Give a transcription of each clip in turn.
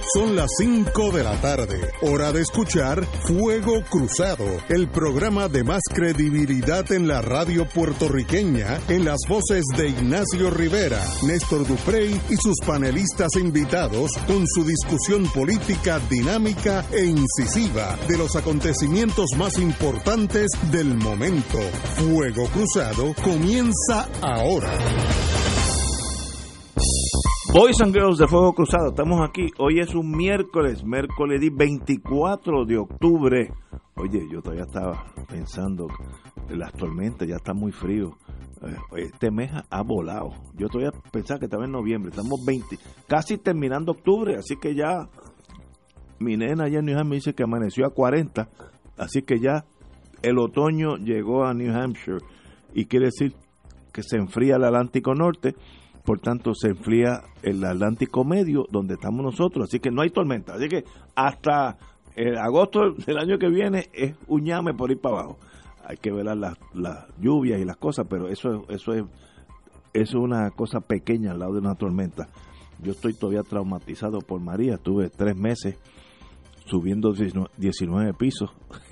Son las 5 de la tarde, hora de escuchar Fuego Cruzado, el programa de más credibilidad en la radio puertorriqueña, en las voces de Ignacio Rivera, Néstor Duprey y sus panelistas invitados, con su discusión política dinámica e incisiva de los acontecimientos más importantes del momento. Fuego Cruzado comienza ahora. Boys and Girls de Fuego Cruzado, estamos aquí. Hoy es un miércoles 24 de octubre. Oye, yo todavía estaba pensando que las tormentas ya están muy frío. Este mes ha volado. Yo todavía pensaba que estaba en noviembre. Estamos casi terminando octubre, así que ya mi nena allá en New Hampshire me dice que amaneció a 40, así que ya el otoño llegó a New Hampshire y quiere decir que se enfría el Atlántico Norte. Por tanto, se enfría el Atlántico Medio, donde estamos nosotros, así que no hay tormenta. Así que hasta agosto del año que viene es un ñame por ir para abajo. Hay que ver las lluvias y las cosas, pero eso es una cosa pequeña al lado de una tormenta. Yo estoy todavía traumatizado por María. Estuve 3 meses subiendo 19 pisos,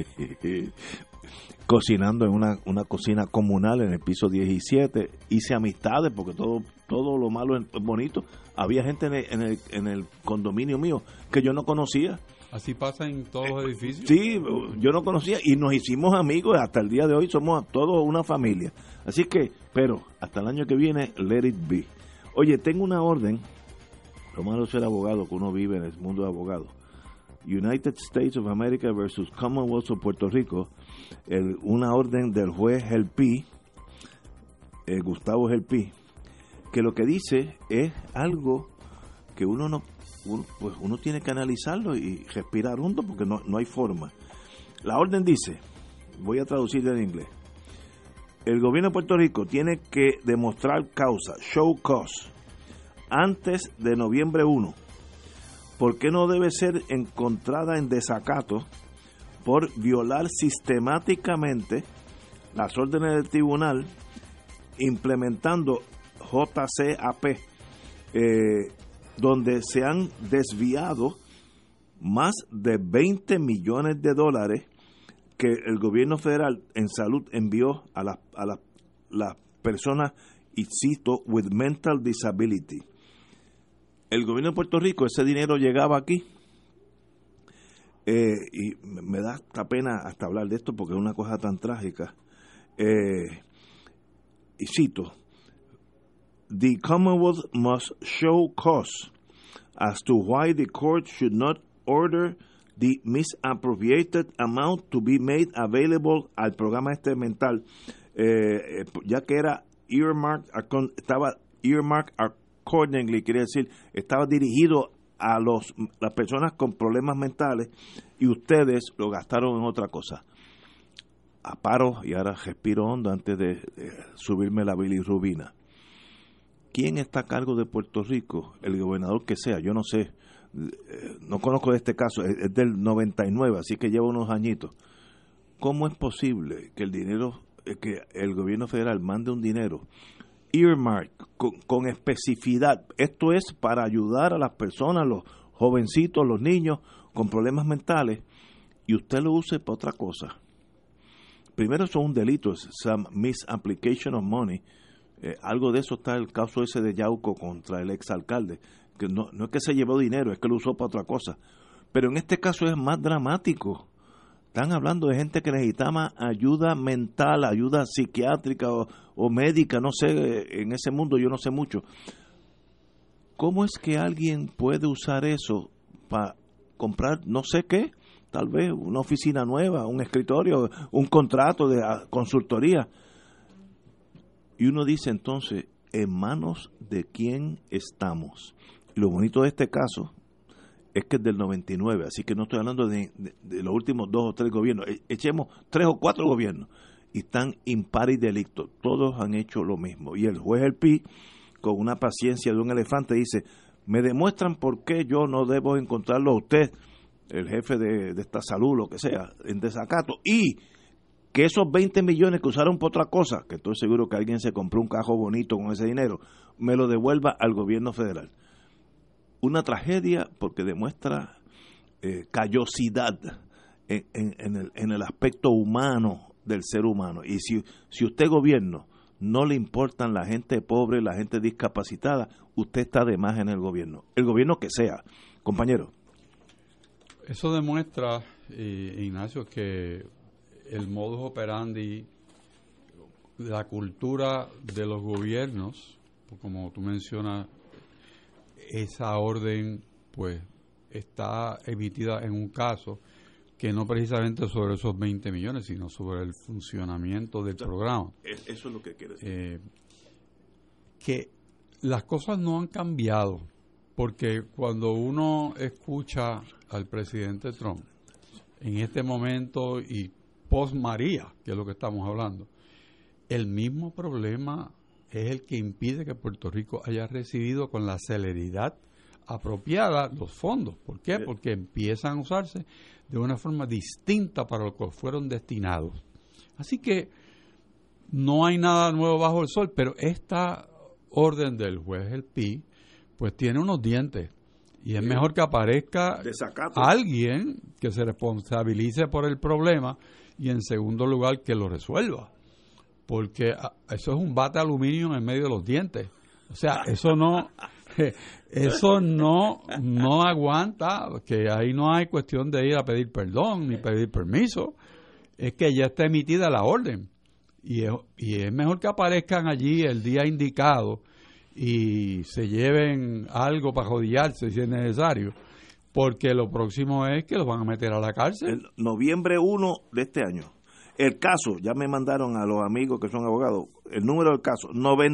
cocinando en una cocina comunal en el piso 17. Hice amistades porque todo lo malo es bonito. Había gente en el condominio mío que yo no conocía. ¿Así pasa en todos los edificios? Sí, yo no conocía y nos hicimos amigos. Hasta el día de hoy somos todos una familia. Así que, pero hasta el año que viene, let it be. Oye, tengo una orden. Lo malo es ser abogado, que uno vive en el mundo de abogados. United States of America versus Commonwealth of Puerto Rico, una orden del juez Gelpi, Gustavo Gelpi, que lo que dice es algo que uno tiene que analizarlo y respirar hondo porque no hay forma. La orden dice, voy a traducirla en inglés: el gobierno de Puerto Rico tiene que demostrar causa, show cause, antes de noviembre 1. ¿Por qué no debe ser encontrada en desacato por violar sistemáticamente las órdenes del tribunal implementando JCAP, donde se han desviado más de 20 millones de dólares que el gobierno federal en salud envió a las personas, y cito, with mental disability? El gobierno de Puerto Rico, ese dinero llegaba aquí, y me da esta pena hasta hablar de esto porque es una cosa tan trágica, y cito: the Commonwealth must show cause as to why the court should not order the misappropriated amount to be made available al programa mental, ya que era estaba earmarked accordingly, quiere decir, estaba dirigido a las personas con problemas mentales y ustedes lo gastaron en otra cosa. Paro y ahora respiro hondo antes de subirme la bilirrubina. ¿Quién está a cargo de Puerto Rico? El gobernador que sea, yo no sé, no conozco de este caso, es del 99, así que lleva unos añitos. ¿Cómo es posible que que el gobierno federal mande un dinero earmark con especificidad? Esto es para ayudar a las personas, los jovencitos, los niños con problemas mentales, y usted lo use para otra cosa. Primero, eso es un delito, es some misapplication of money. Algo de eso está el caso ese de Yauco contra el exalcalde, que no es que se llevó dinero, es que lo usó para otra cosa. Pero en este caso es más dramático. Están hablando de gente que necesitaba ayuda mental, ayuda psiquiátrica o médica, no sé, en ese mundo yo no sé mucho. ¿Cómo es que alguien puede usar eso para comprar no sé qué? Tal vez una oficina nueva, un escritorio, un contrato de consultoría. Y uno dice entonces, ¿en manos de quién estamos? Y lo bonito de este caso es que es del 99, así que no estoy hablando de los últimos 2 o 3 gobiernos. Echemos 3 o 4 gobiernos y están impari delicto. Todos han hecho lo mismo. Y el juez Gelpi, con una paciencia de un elefante, dice: me demuestran por qué yo no debo encontrarlo a usted, el jefe de esta salud, lo que sea, en desacato, y que esos 20 millones que usaron por otra cosa, que estoy seguro que alguien se compró un cajo bonito con ese dinero, me lo devuelva al gobierno federal. una tragedia porque demuestra callosidad en el aspecto humano del ser humano. Y si usted gobierno no le importan la gente pobre, la gente discapacitada, usted está de más en el gobierno que sea, compañero. Eso demuestra, Ignacio, que el modus operandi, la cultura de los gobiernos, como tú mencionas, esa orden pues está emitida en un caso que no precisamente sobre esos 20 millones, sino sobre el funcionamiento del programa. Eso es lo que quiere decir. Que las cosas no han cambiado, porque cuando uno escucha al presidente Trump en este momento y post María, que es lo que estamos hablando, el mismo problema es el que impide que Puerto Rico haya recibido con la celeridad apropiada los fondos. ¿Por qué? Porque empiezan a usarse de una forma distinta para lo que fueron destinados. Así que no hay nada nuevo bajo el sol, pero esta orden del juez El Pi pues tiene unos dientes y es mejor que aparezca alguien que se responsabilice por el problema y en segundo lugar que lo resuelva, porque eso es un bate de aluminio en el medio de los dientes. O sea, eso no aguanta, que ahí no hay cuestión de ir a pedir perdón ni pedir permiso, es que ya está emitida la orden y es mejor que aparezcan allí el día indicado y se lleven algo para jodillarse si es necesario, porque lo próximo es que los van a meter a la cárcel. El noviembre 1 de este año. El caso, ya me mandaron a los amigos que son abogados, el número del caso,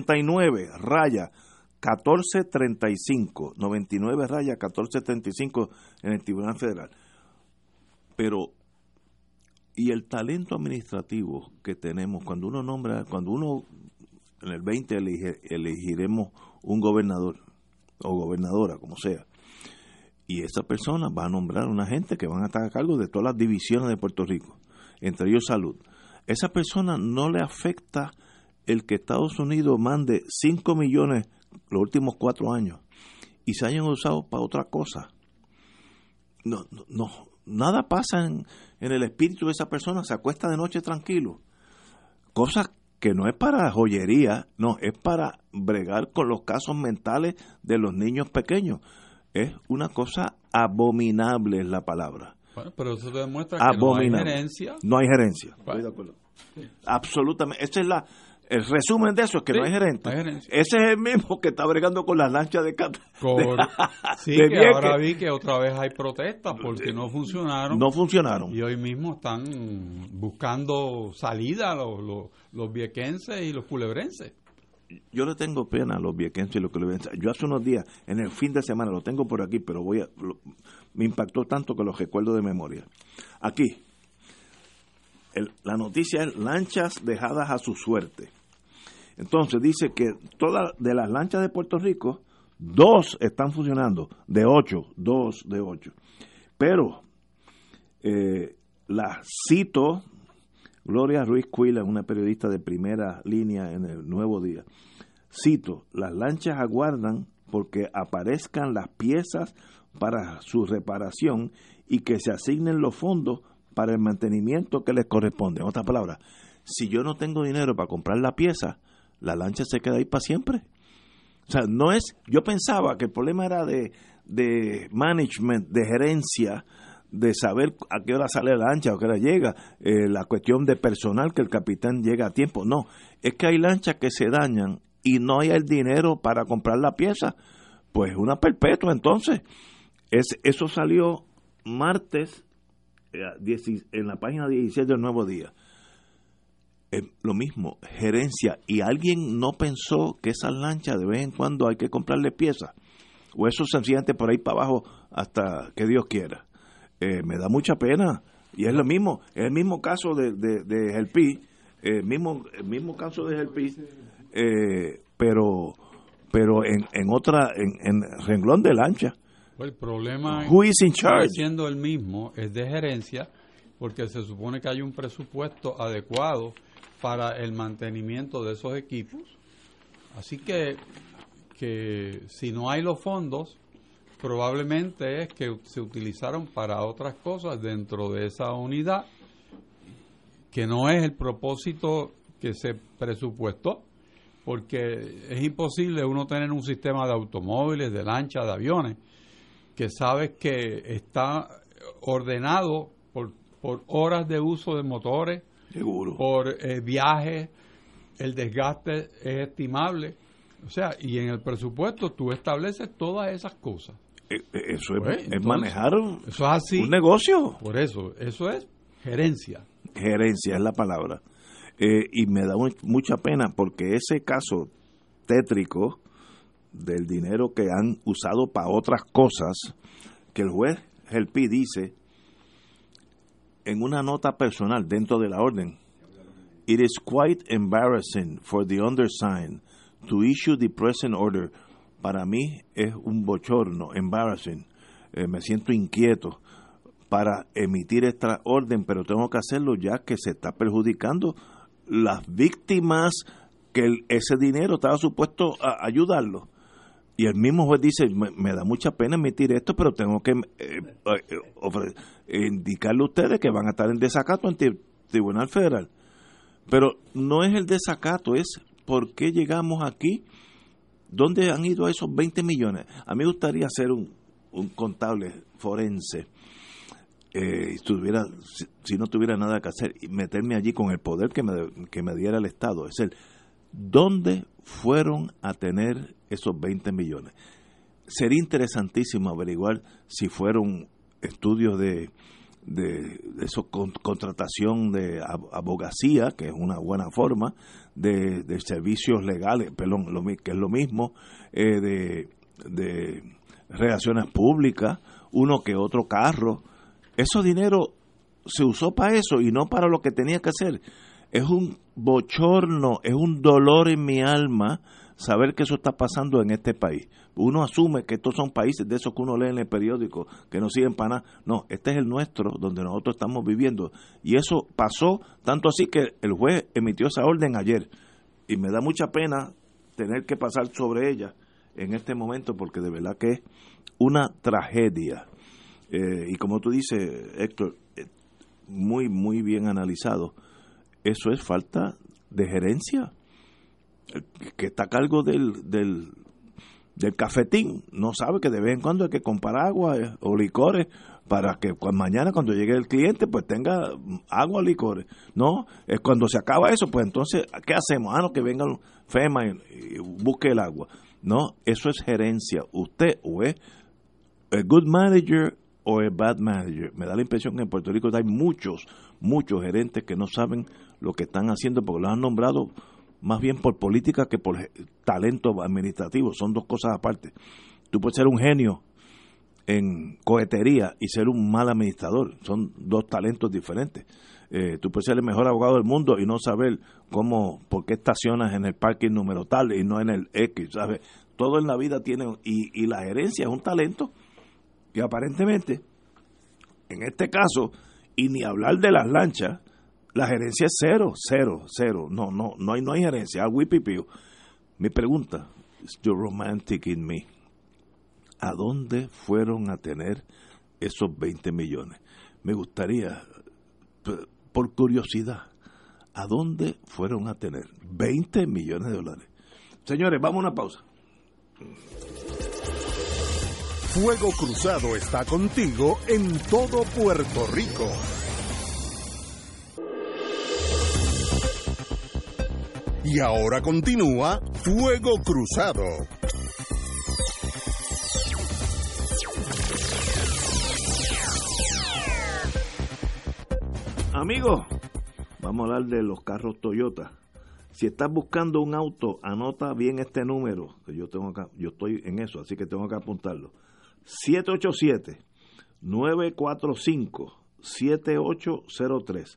99-1435, 99-1435 en el Tribunal Federal. Pero, y el talento administrativo que tenemos, cuando uno en el 20 elegiremos un gobernador o gobernadora, como sea, y esa persona va a nombrar una gente que van a estar a cargo de todas las divisiones de Puerto Rico, entre ellos salud. Esa persona no le afecta el que Estados Unidos mande 5 millones los últimos 4 años y se hayan usado para otra cosa. No, nada pasa en el espíritu de esa persona, se acuesta de noche tranquilo. Cosa que no es para joyería, no, es para bregar con los casos mentales de los niños pequeños. Es una cosa abominable, es la palabra. Bueno, pero eso demuestra que no hay gerencia. No hay gerencia. Estoy de acuerdo. Sí. Absolutamente. Ese es el resumen de eso, es que no hay gerente. No hay gerencia. Ese es el mismo que está bregando con las lanchas de sí, de que ahora vi que otra vez hay protestas porque no funcionaron. No funcionaron. Y hoy mismo están buscando salida los viequenses y los culebrenses. Yo le tengo pena a los viequenses y los culebrenses. Yo hace unos días, en el fin de semana, lo tengo por aquí, pero me impactó tanto que lo recuerdo de memoria. Aquí, la noticia es lanchas dejadas a su suerte. Entonces dice que todas de las lanchas de Puerto Rico, 2 están funcionando, de 8, 2 de 8. Pero la cito, Gloria Ruiz Cuila, una periodista de primera línea en el Nuevo Día, cito, las lanchas aguardan porque aparezcan las piezas para su reparación y que se asignen los fondos para el mantenimiento que les corresponde. En otras palabras, si yo no tengo dinero para comprar la pieza, la lancha se queda ahí para siempre. O sea, no es, yo pensaba que el problema era de management, de gerencia, de saber a qué hora sale la lancha o a qué hora llega, la cuestión de personal, que el capitán llega a tiempo. No, es que hay lanchas que se dañan y no hay el dinero para comprar la pieza. Pues una perpetua, entonces. Eso salió martes en la página 16 del Nuevo Día. Lo mismo, gerencia. ¿Y alguien no pensó que esas lanchas de vez en cuando hay que comprarle piezas? O eso sencillamente por ahí para abajo hasta que Dios quiera. Me da mucha pena. Y es lo mismo, es el mismo caso de El Pi, el mismo caso de El Pi, pero en otra, en renglón de lancha. El problema siendo el mismo es de gerencia, porque se supone que hay un presupuesto adecuado para el mantenimiento de esos equipos. Así que si no hay los fondos, probablemente es que se utilizaron para otras cosas dentro de esa unidad, que no es el propósito que se presupuestó, porque es imposible uno tener un sistema de automóviles, de lanchas, de aviones, que sabes que está ordenado por horas de uso de motores, seguro, por viajes, el desgaste es estimable. O sea, y en el presupuesto tú estableces todas esas cosas. Eso Pues, es entonces, manejar eso es así, un negocio. Por eso es gerencia. Gerencia es la palabra. Y me da mucha pena porque ese caso tétrico del dinero que han usado para otras cosas, que el juez Gelpi dice en una nota personal dentro de la orden: "It is quite embarrassing for the undersigned to issue the present order." Para mí es un bochorno, embarrassing. Me siento inquieto para emitir esta orden, pero tengo que hacerlo ya que se está perjudicando las víctimas que ese dinero estaba supuesto a ayudarlo. Y el mismo juez dice, me da mucha pena emitir esto, pero tengo que indicarle a ustedes que van a estar en desacato ante el Tribunal Federal. Pero no es el desacato, es por qué llegamos aquí. ¿Dónde han ido esos 20 millones? A mí me gustaría ser un contable forense, si no tuviera nada que hacer, y meterme allí con el poder que me diera el Estado. Es el, ¿dónde fueron a tener esos 20 millones? Sería interesantísimo averiguar si fueron estudios de eso, contratación de abogacía, que es una buena forma, de servicios legales, perdón, que es lo mismo, de relaciones públicas, uno que otro carro. Ese dinero se usó para eso y no para lo que tenía que hacer. Es un bochorno, es un dolor en mi alma saber que eso está pasando en este país. Uno asume que estos son países de esos que uno lee en el periódico, que no sirven para nada. No, este es el nuestro, donde nosotros estamos viviendo. Y eso pasó, tanto así que el juez emitió esa orden ayer. Y me da mucha pena tener que pasar sobre ella en este momento, porque de verdad que es una tragedia. Y como tú dices, Héctor, muy, muy bien analizado, eso es falta de gerencia. El que está a cargo del cafetín no sabe que de vez en cuando hay que comprar agua o licores para que mañana cuando llegue el cliente pues tenga agua o licores. No, es cuando se acaba eso, pues entonces, ¿qué hacemos? No, que venga FEMA y busque el agua. No, eso es gerencia. Usted o es a good manager o a bad manager. Me da la impresión que en Puerto Rico hay muchos gerentes que no saben lo que están haciendo porque los han nombrado más bien por política que por talento administrativo. Son dos cosas aparte. Tú puedes ser un genio en cohetería y ser un mal administrador. Son dos talentos diferentes. Tú puedes ser el mejor abogado del mundo y no saber por qué estacionas en el parking número tal y no en el X, ¿sabes? Todo en la vida tiene, y la gerencia es un talento que aparentemente, en este caso, y ni hablar de las lanchas, la gerencia es cero. No hay gerencia, whipipío. Mi pregunta, is the romantic in me, ¿a dónde fueron a tener esos 20 millones? Me gustaría, por curiosidad, ¿a dónde fueron a tener 20 millones de dólares? Señores, vamos a una pausa. Fuego Cruzado está contigo en todo Puerto Rico. Y ahora continúa Fuego Cruzado. Amigos, vamos a hablar de los carros Toyota. Si estás buscando un auto, anota bien este número que yo tengo acá. Yo estoy en eso, así que tengo que apuntarlo. 787-945-7803.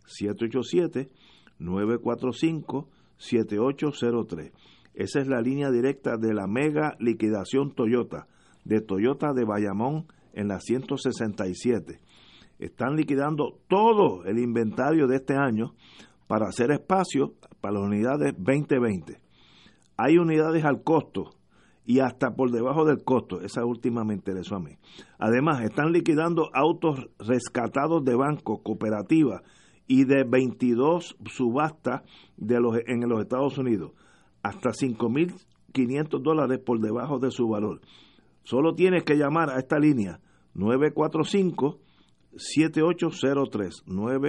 787-945-7803. Esa es la línea directa de la mega liquidación Toyota, de Toyota de Bayamón en la 167. Están liquidando todo el inventario de este año para hacer espacio para las unidades 2020. Hay unidades al costo y hasta por debajo del costo. Esa última me interesó a mí. Además, están liquidando autos rescatados de bancos, cooperativas y de 22 subastas en los Estados Unidos, hasta $5,500 por debajo de su valor. Solo tienes que llamar a esta línea 945-7803,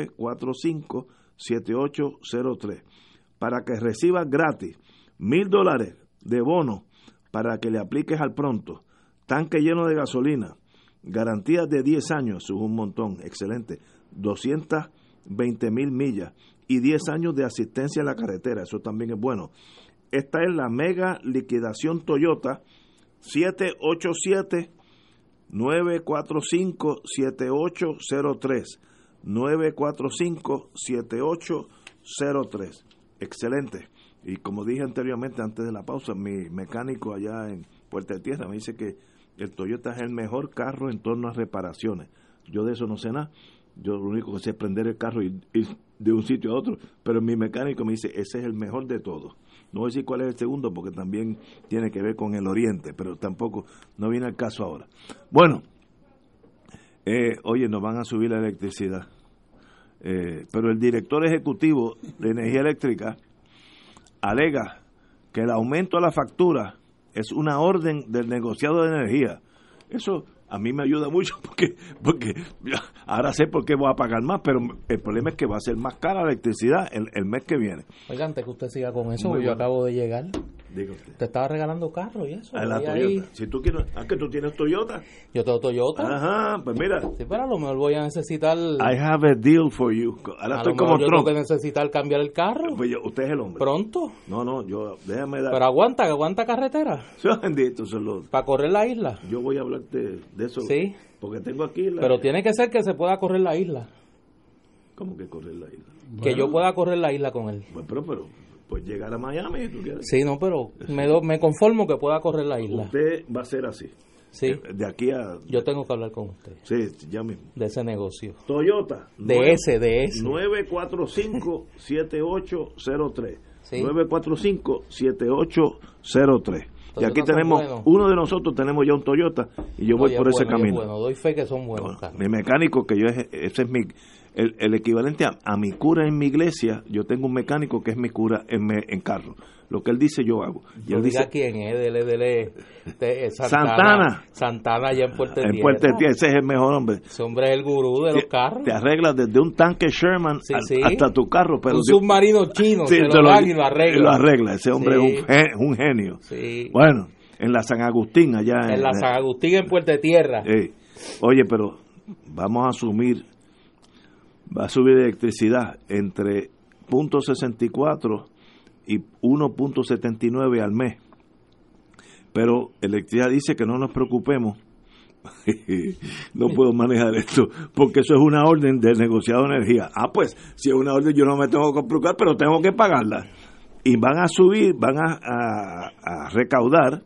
945-7803, para que recibas gratis $1,000 de bono para que le apliques al pronto, tanque lleno de gasolina, garantías de 10 años, eso es un montón, excelente, 220,000 millas y 10 años de asistencia en la carretera, eso también es bueno. Esta es la mega liquidación Toyota, 787-945-7803, 945-7803, excelente. Y como dije anteriormente, antes de la pausa, mi mecánico allá en Puerta de Tierra me dice que el Toyota es el mejor carro en torno a reparaciones. Yo de eso no sé nada. Yo lo único que sé es prender el carro y ir de un sitio a otro. Pero mi mecánico me dice, ese es el mejor de todos. No voy a decir cuál es el segundo porque también tiene que ver con el oriente, pero tampoco, no viene al caso ahora. Bueno, oye, nos van a subir la electricidad. Pero el director ejecutivo de energía eléctrica alega que el aumento a la factura es una orden del negociado de energía. Eso a mí me ayuda mucho porque ahora sé por qué voy a pagar más, pero el problema es que va a ser más cara la electricidad el mes que viene. Oiga, antes que usted siga con eso, yo acabo de llegar. Diga usted. Te estaba regalando carro y eso. A la Toyota. Ahí. Si tú quieres, que tú tienes Toyota. Yo tengo Toyota. Ajá, pues mira. Sí, pero a lo mejor voy a necesitar. I have a deal for you. Ahora estoy como Trump. Yo Trump. tengo que necesitar cambiar el carro. Pues usted es el hombre. ¿Pronto? No, déjame dar. Pero aguanta carretera. Bendito, para correr la isla. Yo voy a hablarte de eso. Sí. Porque tengo aquí Pero tiene que ser que se pueda correr la isla. ¿Cómo que correr la isla? Que yo pueda correr la isla con él. Bueno, pero pues llegar a Miami, ¿tú quieres? Sí, no, pero me conformo que pueda correr la isla. Usted va a ser así. Sí. De aquí a... Yo tengo que hablar con usted. Sí, ya mismo. De ese negocio. Toyota. De ese. 945-7803. Sí. 945-7803. Y aquí tenemos, buenos. uno de nosotros tenemos ya un Toyota y yo voy por ese camino. Bueno, doy fe que son buenos. Mi mecánico, que ese es el equivalente a mi cura en mi iglesia, yo tengo un mecánico que es mi cura en carro. Lo que él dice, yo hago. Y él diga dice, quién es, Santana. Santana allá en Puerto Tierra. En Puerto Tierra, ese es el mejor hombre. Ese hombre es el gurú de los carros. Te arregla desde un tanque Sherman hasta tu carro. Pero un submarino chino, sí, se lo dan y lo arregla. Lo arregla, ese hombre es un genio. Sí. Bueno, en la San Agustín, allá en la San Agustín, en Puerto Tierra. Oye, pero vamos a asumir, va a subir electricidad entre 0.64 y 1.79 al mes. Pero electricidad dice que no nos preocupemos. No puedo manejar esto porque eso es una orden del negociado de energía. Pues si es una orden yo no me tengo que preocupar, pero tengo que pagarla. Y van a subir, van a recaudar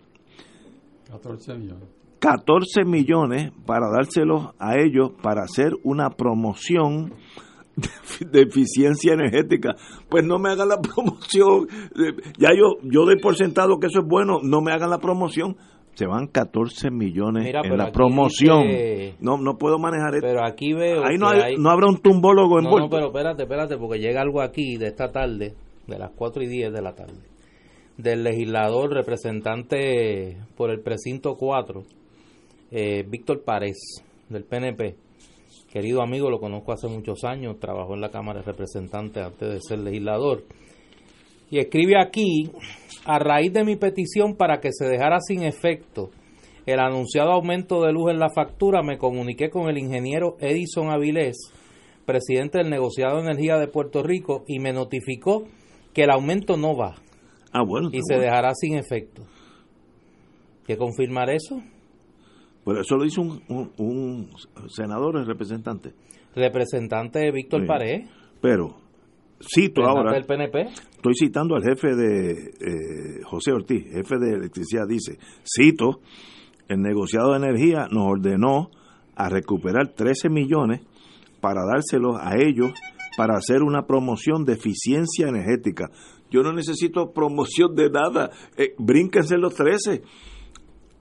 14 millones para dárselos a ellos para hacer una promoción de eficiencia energética. Pues no me hagan la promoción. Ya yo doy por sentado que eso es bueno. No me hagan la promoción. Se van 14 millones en la promoción. No puedo manejar esto. Pero aquí veo ahí no habrá un tumbólogo envuelto. No, pero espérate, porque llega algo aquí de esta tarde, de las 4:10 de la tarde, del legislador representante por el precinto 4, Víctor Párez, del PNP. Querido amigo, lo conozco hace muchos años, trabajó en la Cámara de Representantes antes de ser legislador. Y escribe aquí: a raíz de mi petición para que se dejara sin efecto el anunciado aumento de luz en la factura, me comuniqué con el ingeniero Edison Avilés, presidente del negociado de energía de Puerto Rico, y me notificó que el aumento no va. Bueno, y se dejará sin efecto. ¿Qué confirmar eso? Pero eso lo hizo un senador, el representante. Representante Víctor Párez. Pero cito ahora, del PNP. Estoy citando al jefe de José Ortiz, jefe de electricidad, dice, cito, el negociado de energía nos ordenó a recuperar 13 millones para dárselos a ellos para hacer una promoción de eficiencia energética. Yo no necesito promoción de nada, brínquense los 13.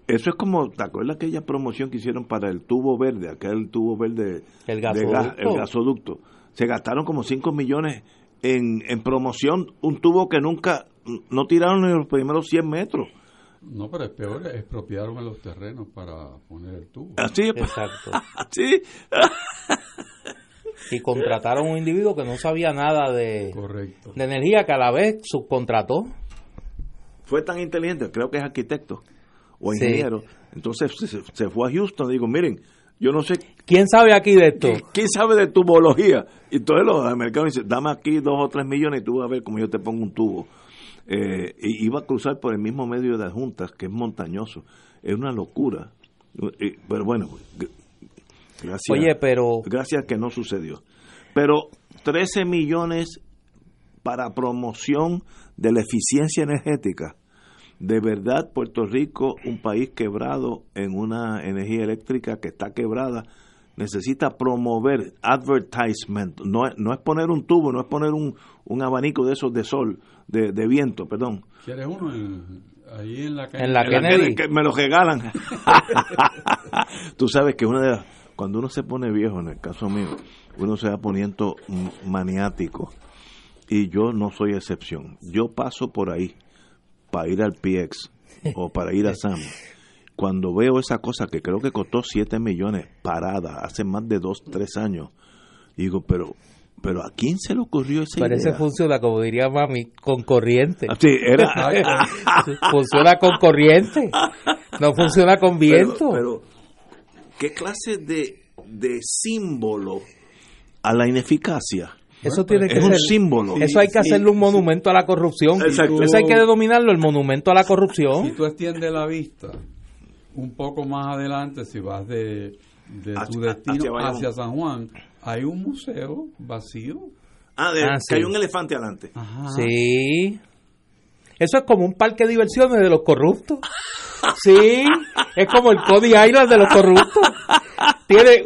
Eso es como, ¿te acuerdas aquella promoción que hicieron para el tubo verde, aquel tubo verde El de gas, gasoducto. el gasoducto? Se gastaron como 5 millones en promoción, un tubo que nunca, no tiraron en los primeros 100 metros. No, pero es peor, expropiaron en los terrenos para poner el tubo. Así es. Exacto. Así. Y contrataron a un individuo que no sabía nada de Correcto. energía, que a la vez subcontrató. Fue tan inteligente, creo que es arquitecto o Sí. ingeniero. Entonces se fue a Houston y digo, miren, yo no sé, ¿Quién sabe aquí de esto? ¿quién sabe de tubología? Y todos los americanos dicen, dame aquí 2 o 3 millones y tú vas a ver cómo yo te pongo un tubo. Y iba a cruzar por el mismo medio de las juntas, que es montañoso. Es una locura. Pero bueno, gracias. Oye, pero Gracias que no sucedió. Pero 13 millones para promoción de la eficiencia energética. De verdad, Puerto Rico, un país quebrado en una energía eléctrica que está quebrada, necesita promover advertisement. No es poner un tubo, no es poner un abanico de esos de sol, de viento, perdón. ¿Quieres uno ahí en la calle? En la Kennedy. Que me lo regalan. Tú sabes que cuando uno se pone viejo, en el caso mío, uno se va poniendo maniático. Y yo no soy excepción. Yo paso por ahí para ir al PX o para ir a Sam. Cuando veo esa cosa que creo que costó 7 millones parada hace más de 2, 3 años, digo, pero ¿a quién se le ocurrió esa parece idea? funciona, como diría mami, con corriente. Sí, era. Funciona con corriente, no funciona con viento. Pero ¿qué clase de símbolo a la ineficacia? Eso tiene que Es un ser símbolo. Eso hay que hacerle un monumento a la corrupción. Exacto. Eso hay que denominarlo el monumento a la corrupción. Si tú extiendes la vista un poco más adelante, si vas de tu destino hacia San Juan, hay un museo vacío. Que sí. hay un elefante adelante. Ajá. Sí. Eso es como un parque de diversiones de los corruptos. Sí, es como el Coney Island de los corruptos. Tiene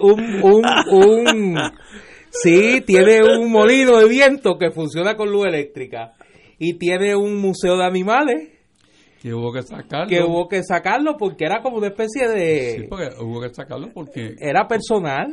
tiene un molino de viento que funciona con luz eléctrica y tiene un museo de animales Que hubo que sacarlo. que hubo que sacarlo porque era como una especie Sí, de... porque hubo que sacarlo porque Era personal.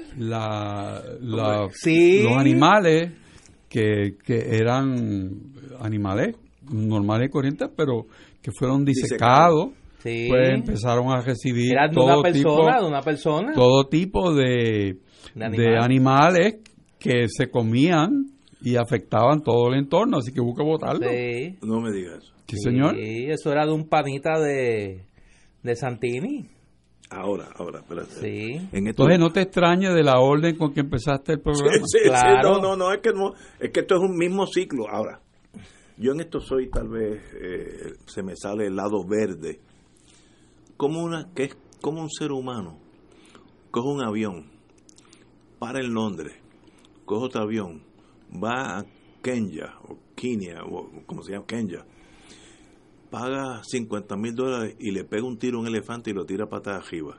Sí. los animales que eran animales normales y corrientes, pero que fueron disecados, Sí. pues empezaron a recibir Era de todo una persona. todo tipo de animales que se comían y afectaban todo el entorno, así que hubo que botarlo. Sí. No me digas eso. Sí, señor. Sí, eso era de un panita de Santini. Ahora, espérate. Sí. En esto, Entonces no te extrañes de la orden con que empezaste el programa. Sí, Claro. no, es que esto es un mismo ciclo. Ahora, yo en esto soy tal vez, se me sale el lado verde. Que es como un ser humano coge un avión, para en Londres, coge otro avión, va a Kenia, o como se llama, Kenia, paga $50,000 y le pega un tiro a un elefante y lo tira patas arriba.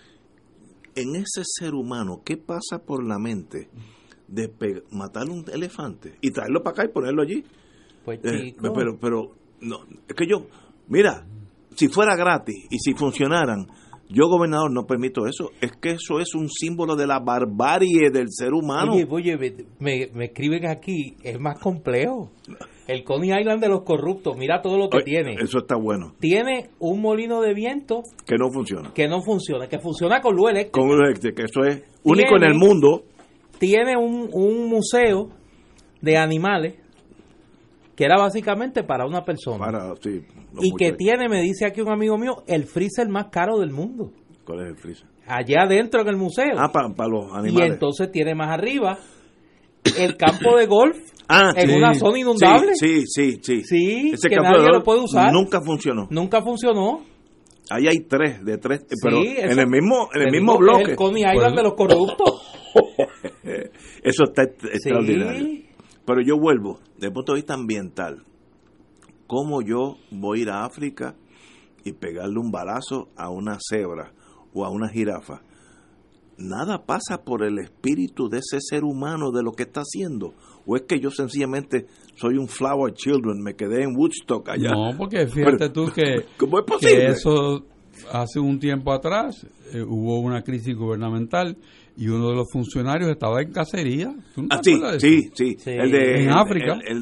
En ese ser humano, ¿qué pasa por la mente de matar un elefante y traerlo para acá y ponerlo allí? Pues chico. Pero no, es que mira, si fuera gratis y si funcionaran, yo, gobernador, no permito eso. Es que eso es un símbolo de la barbarie del ser humano. Oye, me escriben aquí, es más complejo. El Coney Island de los corruptos, mira todo lo que tiene. Eso está bueno. Tiene un molino de viento Que no funciona. que no funciona, que funciona con luz eléctrica. Con luz eléctrica, eso es único en el mundo. Tiene un museo de animales que era básicamente para una persona. Y que tiene, me dice aquí un amigo mío, el freezer más caro del mundo. ¿Cuál es el freezer? Allá adentro en el museo. Para los animales. Y entonces tiene más arriba el campo de golf en una zona inundable. Sí. Sí, Ese que campo nadie de lo puede usar. Nunca funcionó. Nunca funcionó. Ahí hay tres, pero Sí, en el mismo es bloque. el Coney Island de los corruptos. Eso está extraordinario. Sí. Pero yo vuelvo, desde el punto de vista ambiental, ¿cómo yo voy a ir a África y pegarle un balazo a una cebra o a una jirafa? Nada pasa por el espíritu de ese ser humano de lo que está haciendo. ¿O es que yo sencillamente soy un flower children, me quedé en Woodstock allá? No, porque fíjate tú que, ¿cómo es posible? que eso hace un tiempo atrás hubo una crisis gubernamental y uno de los funcionarios estaba en cacería. ¿Tú no te acuerdas de eso? Sí. El de, en África. El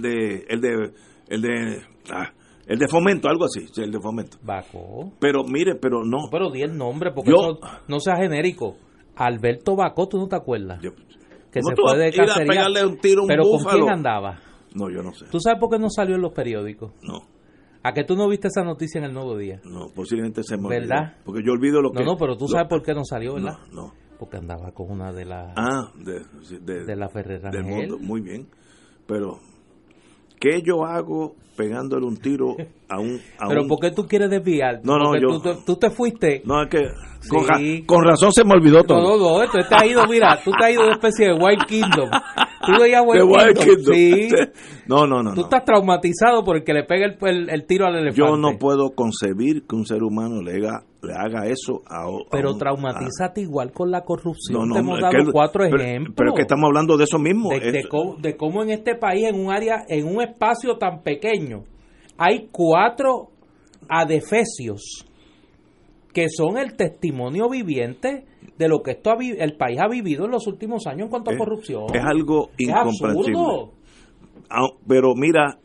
de Fomento, algo así, el de Fomento. Bacó. Pero mire, pero no. Pero di el nombre, porque eso no sea genérico. Alberto Bacó, ¿tú no te acuerdas? Que se fue de cacería. A pegarle un tiro a un pero búfalo? ¿Con quién andaba? No, yo no sé. ¿Tú sabes por qué no salió en los periódicos? No. ¿A que tú no viste esa noticia en el Nuevo Día? No, posiblemente se me olvidó. ¿Verdad? Porque yo olvido lo que... No, pero tú sabes por qué no salió, ¿verdad? No. Porque andaba con una de las... de la Ferrer del Rangel. mundo, muy bien. Pero, ¿qué yo hago pegándole un tiro a un... Pero ¿por qué tú quieres desviar? No, porque yo... Tú te fuiste... No, es que... Sí. Con razón se me olvidó todo. No, tú te has ido, mira, tú te has ido de especie de Wild Kingdom. Tú veías Wild Kingdom. Sí. No. Tú estás traumatizado por el que le pega el tiro al elefante. Yo no puedo concebir que un ser humano le haga eso Pero traumatízate igual con la corrupción. No, te hemos dado 4 ejemplos. Pero es que estamos hablando de eso mismo. De cómo en este país, en un espacio tan pequeño, hay 4 adefesios que son el testimonio viviente de lo que el país ha vivido en los últimos años en cuanto a corrupción. Es algo incomprensible. Absurdo. Pero mira,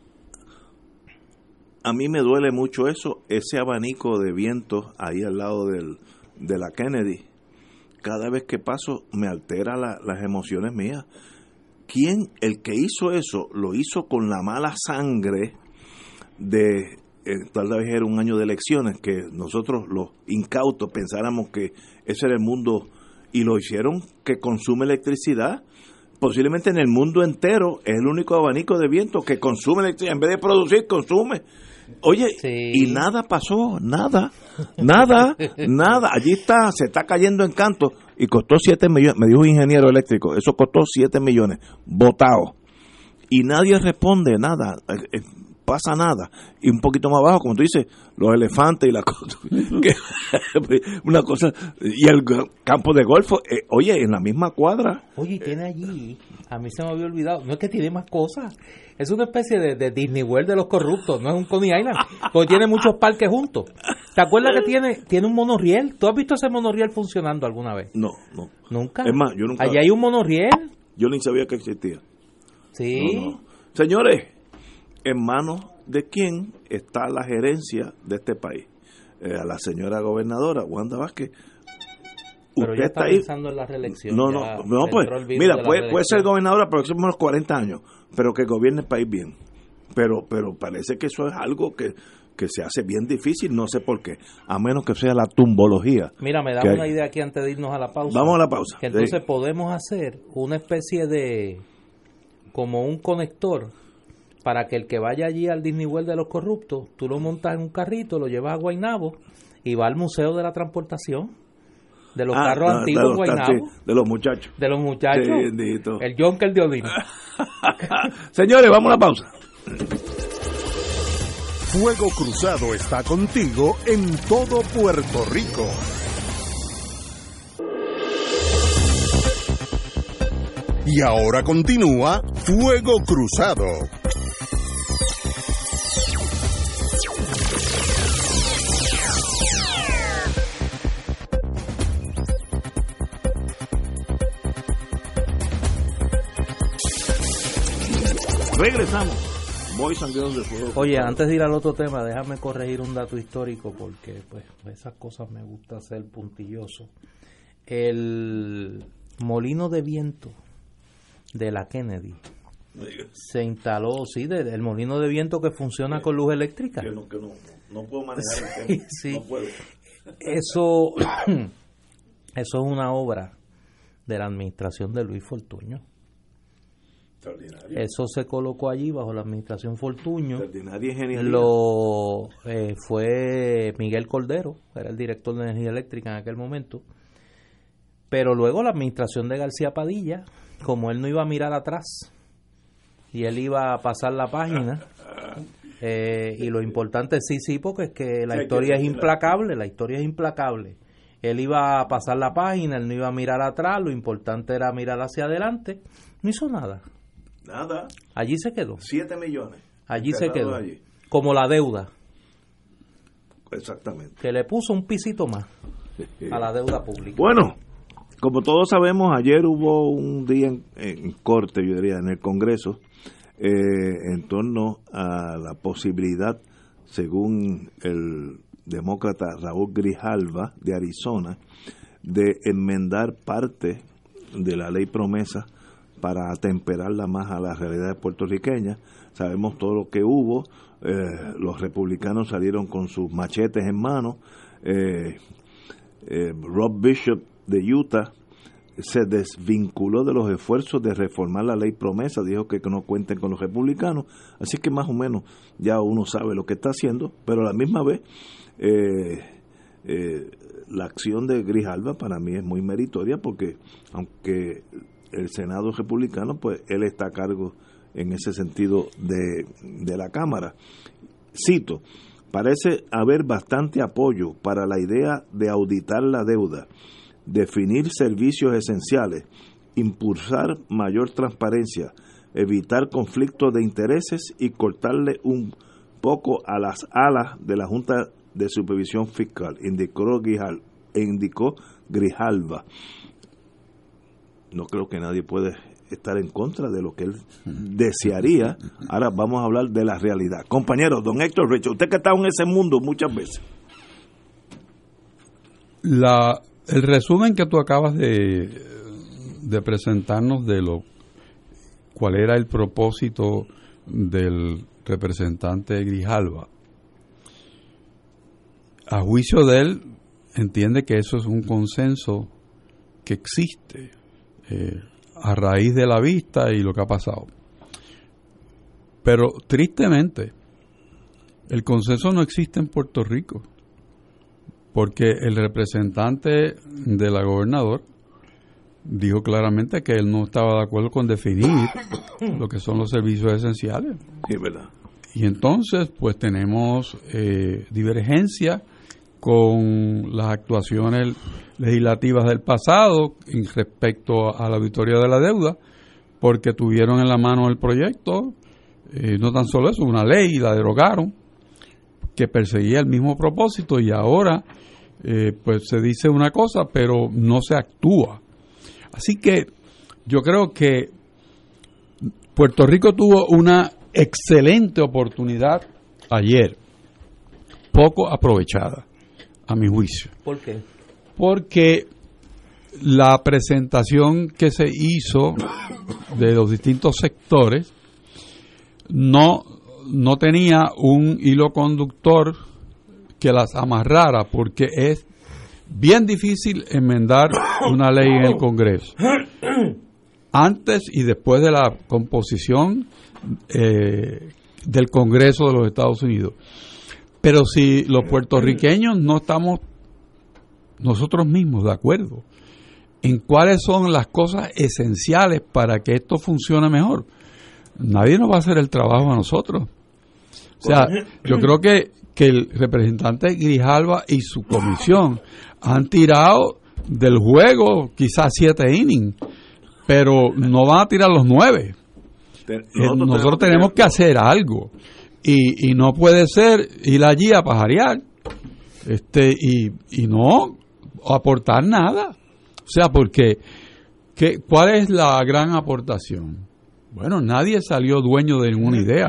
a mí me duele mucho ese abanico de vientos ahí al lado de la Kennedy. Cada vez que paso me altera las emociones mías. El que hizo eso, lo hizo con la mala sangre de... tal vez era un año de elecciones, que nosotros los incautos pensáramos que ese era el mundo, y lo hicieron que consume electricidad. Posiblemente en el mundo entero es el único abanico de viento que consume electricidad, en vez de producir, consume. Oye, sí. Y nada pasó, nada. Allí se está cayendo en canto, y costó 7 millones, me dijo un ingeniero eléctrico, eso costó 7 millones, botado. Y nadie responde, nada. Pasa nada. Y un poquito más abajo, como tú dices, los elefantes y la cosa, una cosa, y el campo de golf, oye, en la misma cuadra. Oye, tiene allí, a mí se me había olvidado, no es que tiene más cosas, es una especie de Disney World de los corruptos, no es un Coney Island, porque tiene muchos parques juntos. ¿Te acuerdas que tiene un monorriel? ¿Tú has visto ese monorriel funcionando alguna vez? No. ¿Nunca? Es más, yo nunca. Allí hay un monorriel. Yo ni sabía que existía. Sí. No. Señores, ¿en manos de quién está la gerencia de este país? A la señora gobernadora Wanda Vázquez. Pero ya está pensando en la reelección. No, pues, mira, puede ser gobernadora por los próximos 40 años, pero que gobierne el país bien. Pero parece que eso es algo que se hace bien difícil, no sé por qué, a menos que sea la tumbología. Mira, me da una idea aquí antes de irnos a la pausa. Vamos a la pausa. Que entonces podemos hacer una especie de, como un conector, para que el que vaya allí al Disney World de los corruptos, tú lo montas en un carrito, lo llevas a Guaynabo y va al Museo de la Transportación de los carros antiguos de Guaynabo. De los muchachos. De los muchachos. Sí, bendito. El Jonker de Odino. Señores, vamos a la pausa. Fuego Cruzado está contigo en todo Puerto Rico. Y ahora continúa Fuego Cruzado. Regresamos. De fuego. Oye, antes de ir al otro tema, déjame corregir un dato histórico, porque pues esas cosas me gusta ser puntilloso. El molino de viento de la Kennedy se instaló, el molino de viento que funciona con luz eléctrica. No puedo manejar el tema. Sí. No puedo. Eso es una obra de la administración de Luis Fortuño. Eso se colocó allí bajo la administración Fortuño. Fue Miguel Cordero, era el director de energía eléctrica en aquel momento. Pero luego la administración de García Padilla, como él no iba a mirar atrás y él iba a pasar la página, y lo importante sí, porque es que la historia es implacable. Él iba a pasar la página, él no iba a mirar atrás, lo importante era mirar hacia adelante. No hizo nada. Nada. Allí se quedó. 7 millones. Allí se quedó. Como la deuda. Exactamente. Que le puso un pisito más a la deuda pública. Bueno, como todos sabemos, ayer hubo un día en corte, yo diría, en el Congreso, en torno a la posibilidad, según el demócrata Raúl Grijalva de Arizona, de enmendar parte de la ley promesa para atemperarla más a la realidad puertorriqueña. Sabemos todo lo que hubo, los republicanos salieron con sus machetes en mano, Rob Bishop de Utah se desvinculó de los esfuerzos de reformar la ley promesa, dijo que no cuenten con los republicanos, así que más o menos ya uno sabe lo que está haciendo, pero a la misma vez la acción de Grijalva para mí es muy meritoria, porque aunque el Senado es republicano, pues él está a cargo en ese sentido de la Cámara. Cito: parece haber bastante apoyo para la idea de auditar la deuda, definir servicios esenciales, impulsar mayor transparencia, evitar conflictos de intereses y cortarle un poco a las alas de la Junta de Supervisión Fiscal, indicó Grijalva. No creo que nadie puede estar en contra de lo que él desearía. Ahora vamos a hablar de la realidad. Compañero, don Héctor Richard, usted que ha estado en ese mundo muchas veces. El resumen que tú acabas de presentarnos de cuál era el propósito del representante Grijalva, a juicio de él, entiende que eso es un consenso que existe a raíz de la vista y lo que ha pasado. Pero tristemente, el consenso no existe en Puerto Rico, porque el representante de la gobernadora dijo claramente que él no estaba de acuerdo con definir lo que son los servicios esenciales. Sí, verdad. Y entonces, pues tenemos divergencia con las actuaciones legislativas del pasado en respecto a la auditoría de la deuda, porque tuvieron en la mano el proyecto, no tan solo eso, una ley, y la derogaron, que perseguía el mismo propósito, y ahora pues se dice una cosa, pero no se actúa. Así que yo creo que Puerto Rico tuvo una excelente oportunidad ayer, poco aprovechada, a mi juicio. ¿Por qué? Porque la presentación que se hizo de los distintos sectores no tenía un hilo conductor que las amarrara, porque es bien difícil enmendar una ley en el Congreso. Antes y después de la composición del Congreso de los Estados Unidos. Pero si los puertorriqueños no estamos nosotros mismos de acuerdo en cuáles son las cosas esenciales para que esto funcione mejor, nadie nos va a hacer el trabajo a nosotros. O sea, yo creo que el representante Grijalva y su comisión han tirado del juego quizás 7 innings, pero no van a tirar los 9. Nosotros tenemos que hacer algo, y no puede ser ir allí a pajarear y no aportar nada. O sea, porque ¿cuál es la gran aportación? Bueno, nadie salió dueño de ninguna idea.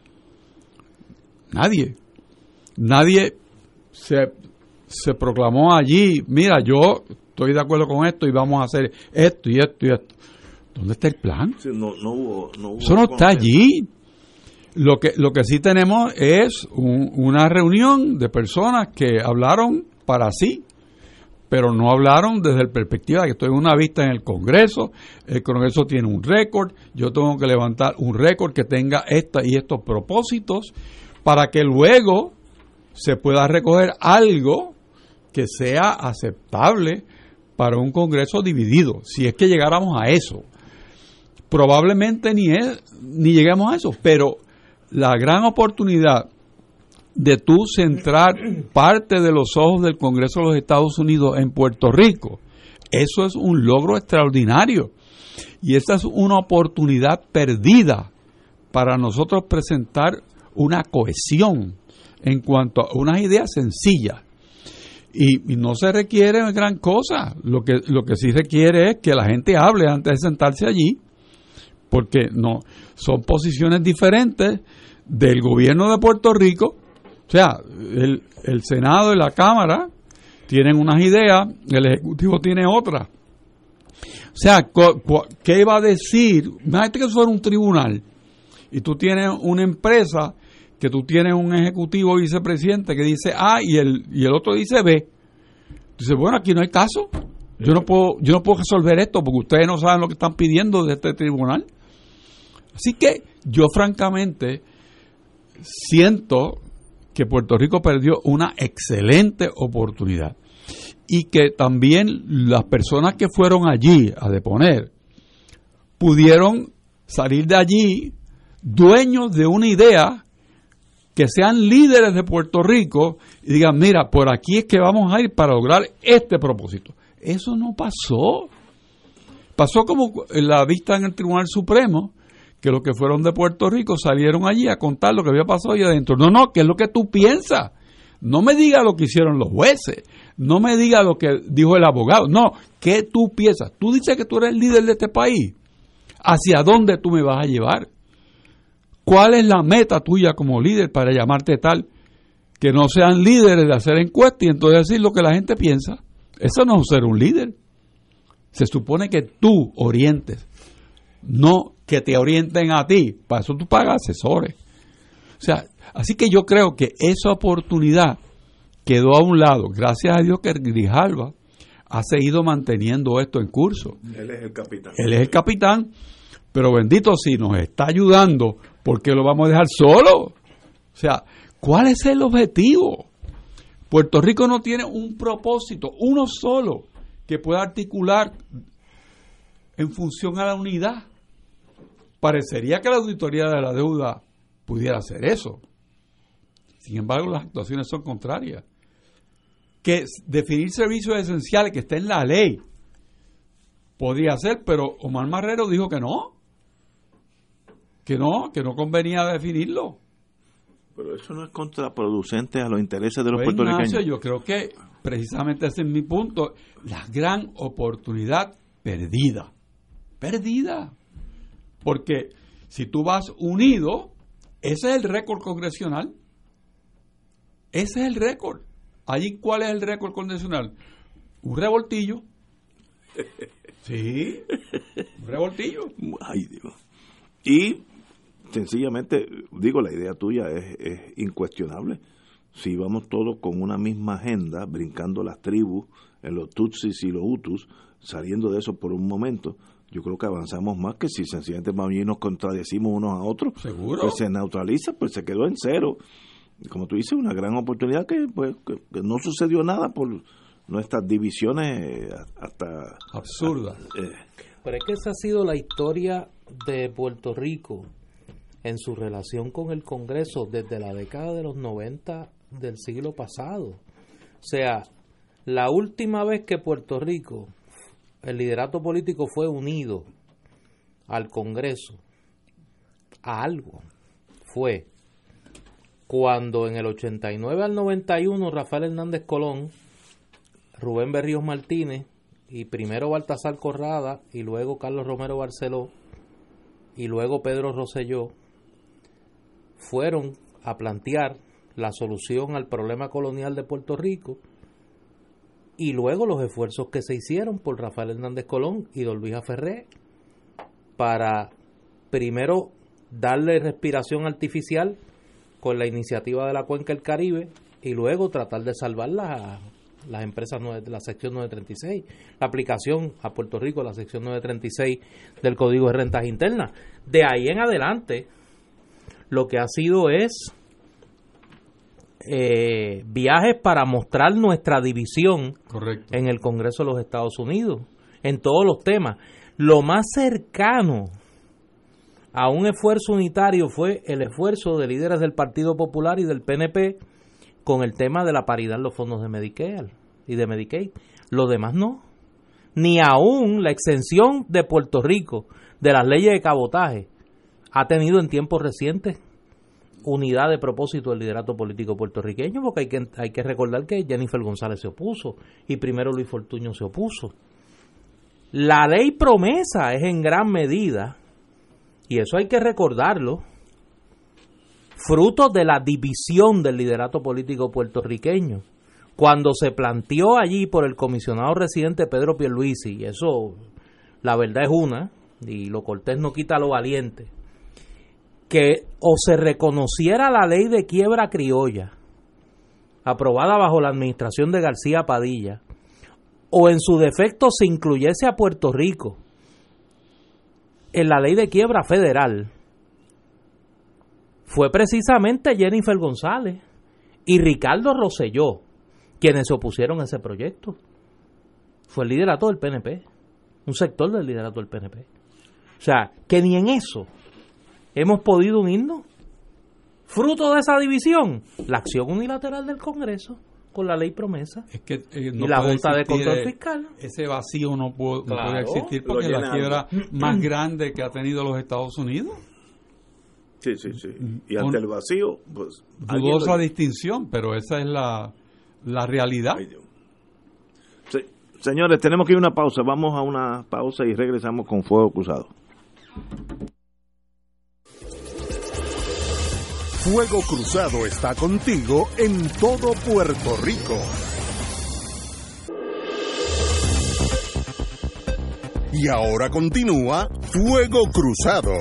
Nadie se proclamó allí: mira, yo estoy de acuerdo con esto y vamos a hacer esto y esto y esto. ¿Dónde está el plan? Sí, no hubo eso no está allí. Lo que sí tenemos es una reunión de personas que hablaron para sí, pero no hablaron desde la perspectiva de que estoy en una vista en el Congreso tiene un récord, yo tengo que levantar un récord que tenga esta y estos propósitos para que luego se pueda recoger algo que sea aceptable para un Congreso dividido, si es que llegáramos a eso. Probablemente ni lleguemos a eso, pero la gran oportunidad de tú centrar parte de los ojos del Congreso de los Estados Unidos en Puerto Rico, eso es un logro extraordinario, y esa es una oportunidad perdida para nosotros presentar una cohesión en cuanto a unas ideas sencillas. Y no se requiere gran cosa. Lo que sí requiere es que la gente hable antes de sentarse allí, porque no son posiciones diferentes del gobierno de Puerto Rico. O sea, el Senado y la Cámara tienen unas ideas, el Ejecutivo tiene otras. O sea, ¿qué iba a decir? Imagínate que eso fuera un tribunal y tú tienes una empresa que tú tienes un ejecutivo vicepresidente que dice A y el otro dice B. Dice, bueno, aquí no hay caso. Yo no puedo resolver esto porque ustedes no saben lo que están pidiendo de este tribunal. Así que yo francamente siento que Puerto Rico perdió una excelente oportunidad y que también las personas que fueron allí a deponer pudieron salir de allí dueños de una idea, que sean líderes de Puerto Rico y digan, mira, por aquí es que vamos a ir para lograr este propósito. Eso no pasó. Pasó como en la vista en el Tribunal Supremo, que los que fueron de Puerto Rico salieron allí a contar lo que había pasado allá adentro. No, ¿qué es lo que tú piensas? No me digas lo que hicieron los jueces, no me digas lo que dijo el abogado. No, ¿qué tú piensas? Tú dices que tú eres el líder de este país. ¿Hacia dónde tú me vas a llevar? ¿Cuál es la meta tuya como líder para llamarte tal? Que no sean líderes de hacer encuestas y entonces decir lo que la gente piensa. Eso no es ser un líder. Se supone que tú orientes, no que te orienten a ti. Para eso tú pagas asesores. O sea, así que yo creo que esa oportunidad quedó a un lado. Gracias a Dios que Grijalva ha seguido manteniendo esto en curso. Él es el capitán. Él es el capitán, pero bendito si nos está ayudando, ¿por qué lo vamos a dejar solo? O sea, ¿cuál es el objetivo? Puerto Rico no tiene un propósito, uno solo, que pueda articular en función a la unidad. Parecería que la auditoría de la deuda pudiera hacer eso. Sin embargo, las actuaciones son contrarias. Que definir servicios esenciales, que está en la ley, podría ser, pero Omar Marrero dijo que no convenía definirlo. Pero eso no es contraproducente a los intereses de los Pues, puertorriqueños. Ignacio, yo creo que precisamente ese es mi punto, la gran oportunidad perdida. Porque si tú vas unido, ese es el récord congresional. Ese es el récord. Allí, ¿cuál es el récord congresional? Un revoltillo. Sí, un revoltillo. Ay, Dios. Y sencillamente, digo, la idea tuya es incuestionable. Si vamos todos con una misma agenda, brincando las tribus, en los Tutsis y los Hutus, saliendo de eso por un momento, yo creo que avanzamos más que si sencillamente más bien nos contradecimos unos a otros. ¿Seguro? Pues se neutraliza, pues se quedó en cero. Como tú dices, una gran oportunidad que no sucedió nada por nuestras divisiones hasta... Absurda. Pero es que esa ha sido la historia de Puerto Rico en su relación con el Congreso desde la década de los 90 del siglo pasado. O sea, la última vez que Puerto Rico, el liderato político fue unido al Congreso a algo, fue cuando en el 89 al 91 Rafael Hernández Colón, Rubén Berríos Martínez y primero Baltasar Corrada y luego Carlos Romero Barceló y luego Pedro Rosselló fueron a plantear la solución al problema colonial de Puerto Rico, y luego los esfuerzos que se hicieron por Rafael Hernández Colón y Dolvija Ferré para primero darle respiración artificial con la iniciativa de la Cuenca del Caribe y luego tratar de salvar las empresas de la sección 936, la aplicación a Puerto Rico de la sección 936 del Código de Rentas Internas. De ahí en adelante lo que ha sido es viajes para mostrar nuestra división. Correcto. En el Congreso de los Estados Unidos, en todos los temas. Lo más cercano a un esfuerzo unitario fue el esfuerzo de líderes del Partido Popular y del PNP con el tema de la paridad en los fondos de Medicare y de Medicaid. Lo demás no. Ni aún la exención de Puerto Rico de las leyes de cabotaje ha tenido en tiempos recientes unidad de propósito del liderato político puertorriqueño, porque hay que recordar que Jennifer González se opuso y primero Luis Fortuño se opuso. La ley promesa es en gran medida, y eso hay que recordarlo, fruto de la división del liderato político puertorriqueño. Cuando se planteó allí por el comisionado residente Pedro Pierluisi, y eso la verdad es una, y lo cortés no quita lo valiente, que o se reconociera la ley de quiebra criolla, aprobada bajo la administración de García Padilla, o en su defecto se incluyese a Puerto Rico en la ley de quiebra federal, fue precisamente Jennifer González y Ricardo Rosselló quienes se opusieron a ese proyecto. Fue el liderato del PNP, un sector del liderato del PNP. O sea, que ni en eso hemos podido unirnos. Fruto de esa división, la acción unilateral del Congreso con la ley promesa, es que, no y la Junta de Control Fiscal. Ese vacío no puede existir porque es la quiebra más grande que ha tenido los Estados Unidos. Sí. Y ante el vacío, pues... Dudosa distinción, pero esa es la realidad. Sí. Señores, tenemos que ir a una pausa. Vamos a una pausa y regresamos con Fuego Cruzado. Fuego Cruzado está contigo en todo Puerto Rico. Y ahora continúa Fuego Cruzado.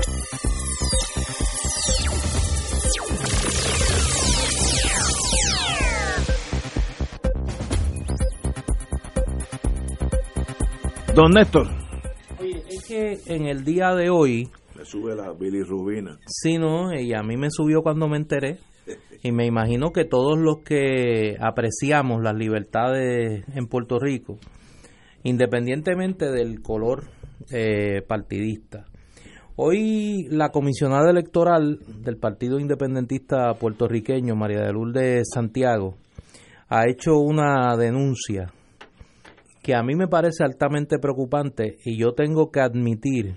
Don Néstor. Oye, es que en el día de hoy... Me sube la bilirrubina. Sí, no, y a mí me subió cuando me enteré. Y me imagino que todos los que apreciamos las libertades en Puerto Rico, independientemente del color partidista. Hoy la comisionada electoral del Partido Independentista Puertorriqueño, María de Lourdes Santiago, ha hecho una denuncia que a mí me parece altamente preocupante y yo tengo que admitir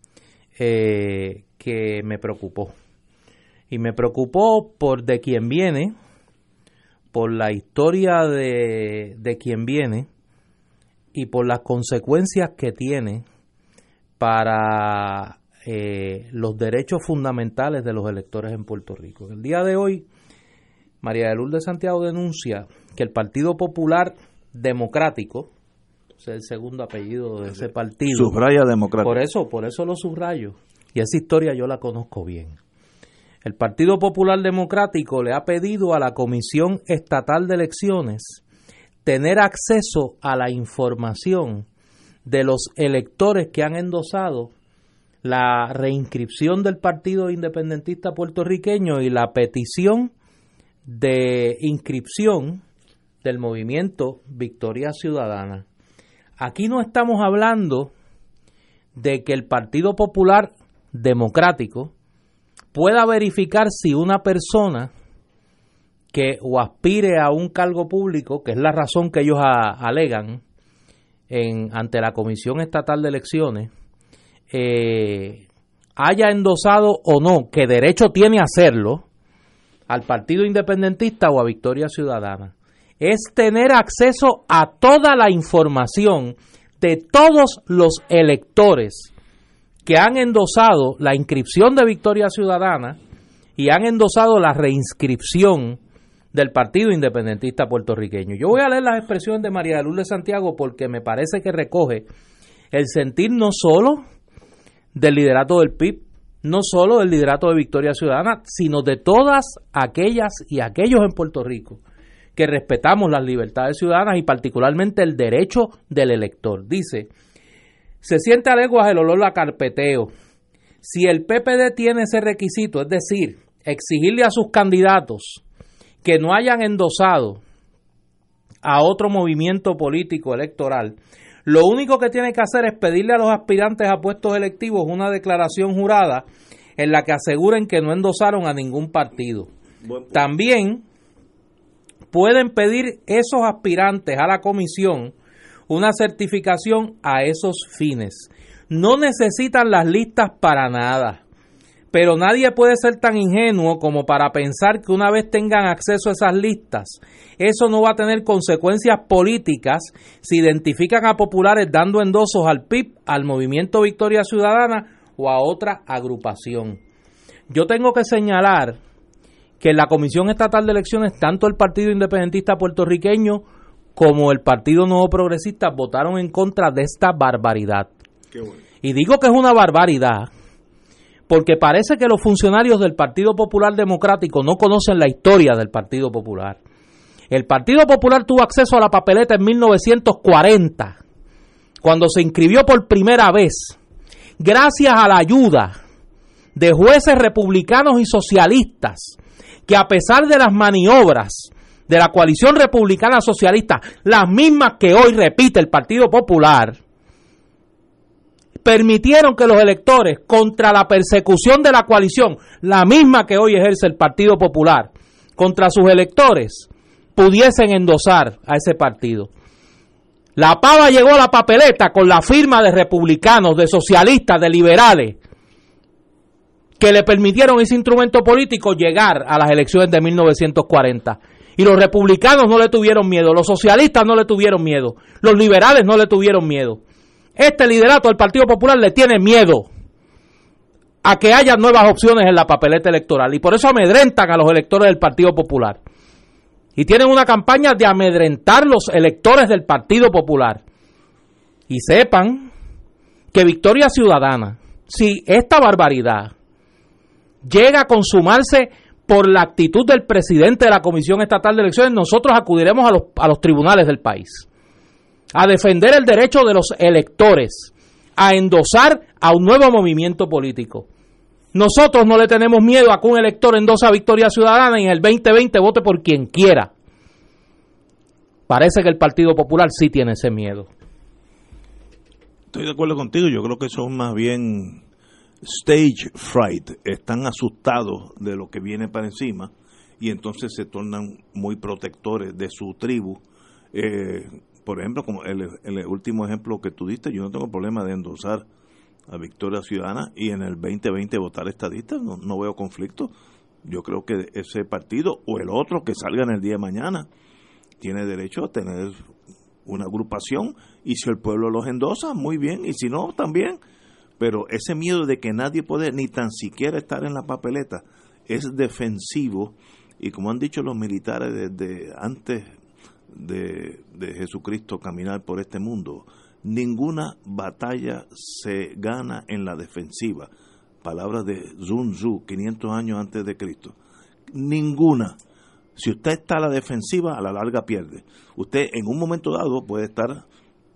que me preocupó. Y me preocupó por de quién viene, por la historia de quien viene y por las consecuencias que tiene para los derechos fundamentales de los electores en Puerto Rico. El día de hoy, María de Lourdes Santiago denuncia que el Partido Popular Democrático, es el segundo apellido de ese partido. Subraya democrático. Por eso lo subrayo. Y esa historia yo la conozco bien. El Partido Popular Democrático le ha pedido a la Comisión Estatal de Elecciones tener acceso a la información de los electores que han endosado la reinscripción del Partido Independentista Puertorriqueño y la petición de inscripción del movimiento Victoria Ciudadana. Aquí no estamos hablando de que el Partido Popular Democrático pueda verificar si una persona que o aspire a un cargo público, que es la razón que ellos alegan ante la Comisión Estatal de Elecciones, haya endosado o no, que derecho tiene a hacerlo, al Partido Independentista o a Victoria Ciudadana. Es tener acceso a toda la información de todos los electores que han endosado la inscripción de Victoria Ciudadana y han endosado la reinscripción del Partido Independentista Puertorriqueño. Yo voy a leer las expresiones de María de Lourdes Santiago porque me parece que recoge el sentir no solo del liderato del PIB, no solo del liderato de Victoria Ciudadana, sino de todas aquellas y aquellos en Puerto Rico que respetamos las libertades ciudadanas y particularmente el derecho del elector. Dice: se siente a leguas el olor a carpeteo. Si el PPD tiene ese requisito, es decir, exigirle a sus candidatos que no hayan endosado a otro movimiento político electoral, lo único que tiene que hacer es pedirle a los aspirantes a puestos electivos una declaración jurada en la que aseguren que no endosaron a ningún partido. También pueden pedir esos aspirantes a la comisión una certificación a esos fines. No necesitan las listas para nada, Pero nadie puede ser tan ingenuo como para pensar que una vez tengan acceso a esas listas, eso no va a tener consecuencias políticas si identifican a populares dando endosos al PIB, al Movimiento Victoria Ciudadana o a otra agrupación. Yo tengo que señalar que en la Comisión Estatal de Elecciones, tanto el Partido Independentista Puertorriqueño como el Partido Nuevo Progresista votaron en contra de esta barbaridad. Qué bueno. Y digo que es una barbaridad porque parece que los funcionarios del Partido Popular Democrático no conocen la historia del Partido Popular. El Partido Popular tuvo acceso a la papeleta en 1940, cuando se inscribió por primera vez, gracias a la ayuda de jueces republicanos y socialistas, que a pesar de las maniobras de la coalición republicana socialista, las mismas que hoy repite el Partido Popular, permitieron que los electores, contra la persecución de la coalición, la misma que hoy ejerce el Partido Popular, contra sus electores, pudiesen endosar a ese partido. La pava llegó a la papeleta con la firma de republicanos, de socialistas, de liberales, que le permitieron ese instrumento político llegar a las elecciones de 1940. Y los republicanos no le tuvieron miedo, los socialistas no le tuvieron miedo, los liberales no le tuvieron miedo. Este liderato del Partido Popular le tiene miedo a que haya nuevas opciones en la papeleta electoral y por eso amedrentan a los electores del Partido Popular. Y tienen una campaña de amedrentar los electores del Partido Popular. Y sepan que Victoria Ciudadana, si esta barbaridad llega a consumarse por la actitud del presidente de la Comisión Estatal de Elecciones, nosotros acudiremos a los tribunales del país a defender el derecho de los electores a endosar a un nuevo movimiento político. Nosotros no le tenemos miedo a que un elector endosa a Victoria Ciudadana y en el 2020 vote por quien quiera. Parece que el Partido Popular sí tiene ese miedo. Estoy de acuerdo contigo, yo creo que eso es más bien stage fright, están asustados de lo que viene para encima y entonces se tornan muy protectores de su tribu. Por ejemplo, como el último ejemplo que tú diste, yo no tengo problema de endosar a Victoria Ciudadana y en el 2020 votar estadista, no veo conflicto. Yo creo que ese partido o el otro que salga en el día de mañana tiene derecho a tener una agrupación y si el pueblo los endosa, muy bien, y si no, también. Pero ese miedo de que nadie puede ni tan siquiera estar en la papeleta es defensivo y como han dicho los militares desde antes de Jesucristo caminar por este mundo, ninguna batalla se gana en la defensiva. Palabras de Sun Tzu, 500 años antes de Cristo. Ninguna. Si usted está a la defensiva, a la larga pierde. Usted en un momento dado puede estar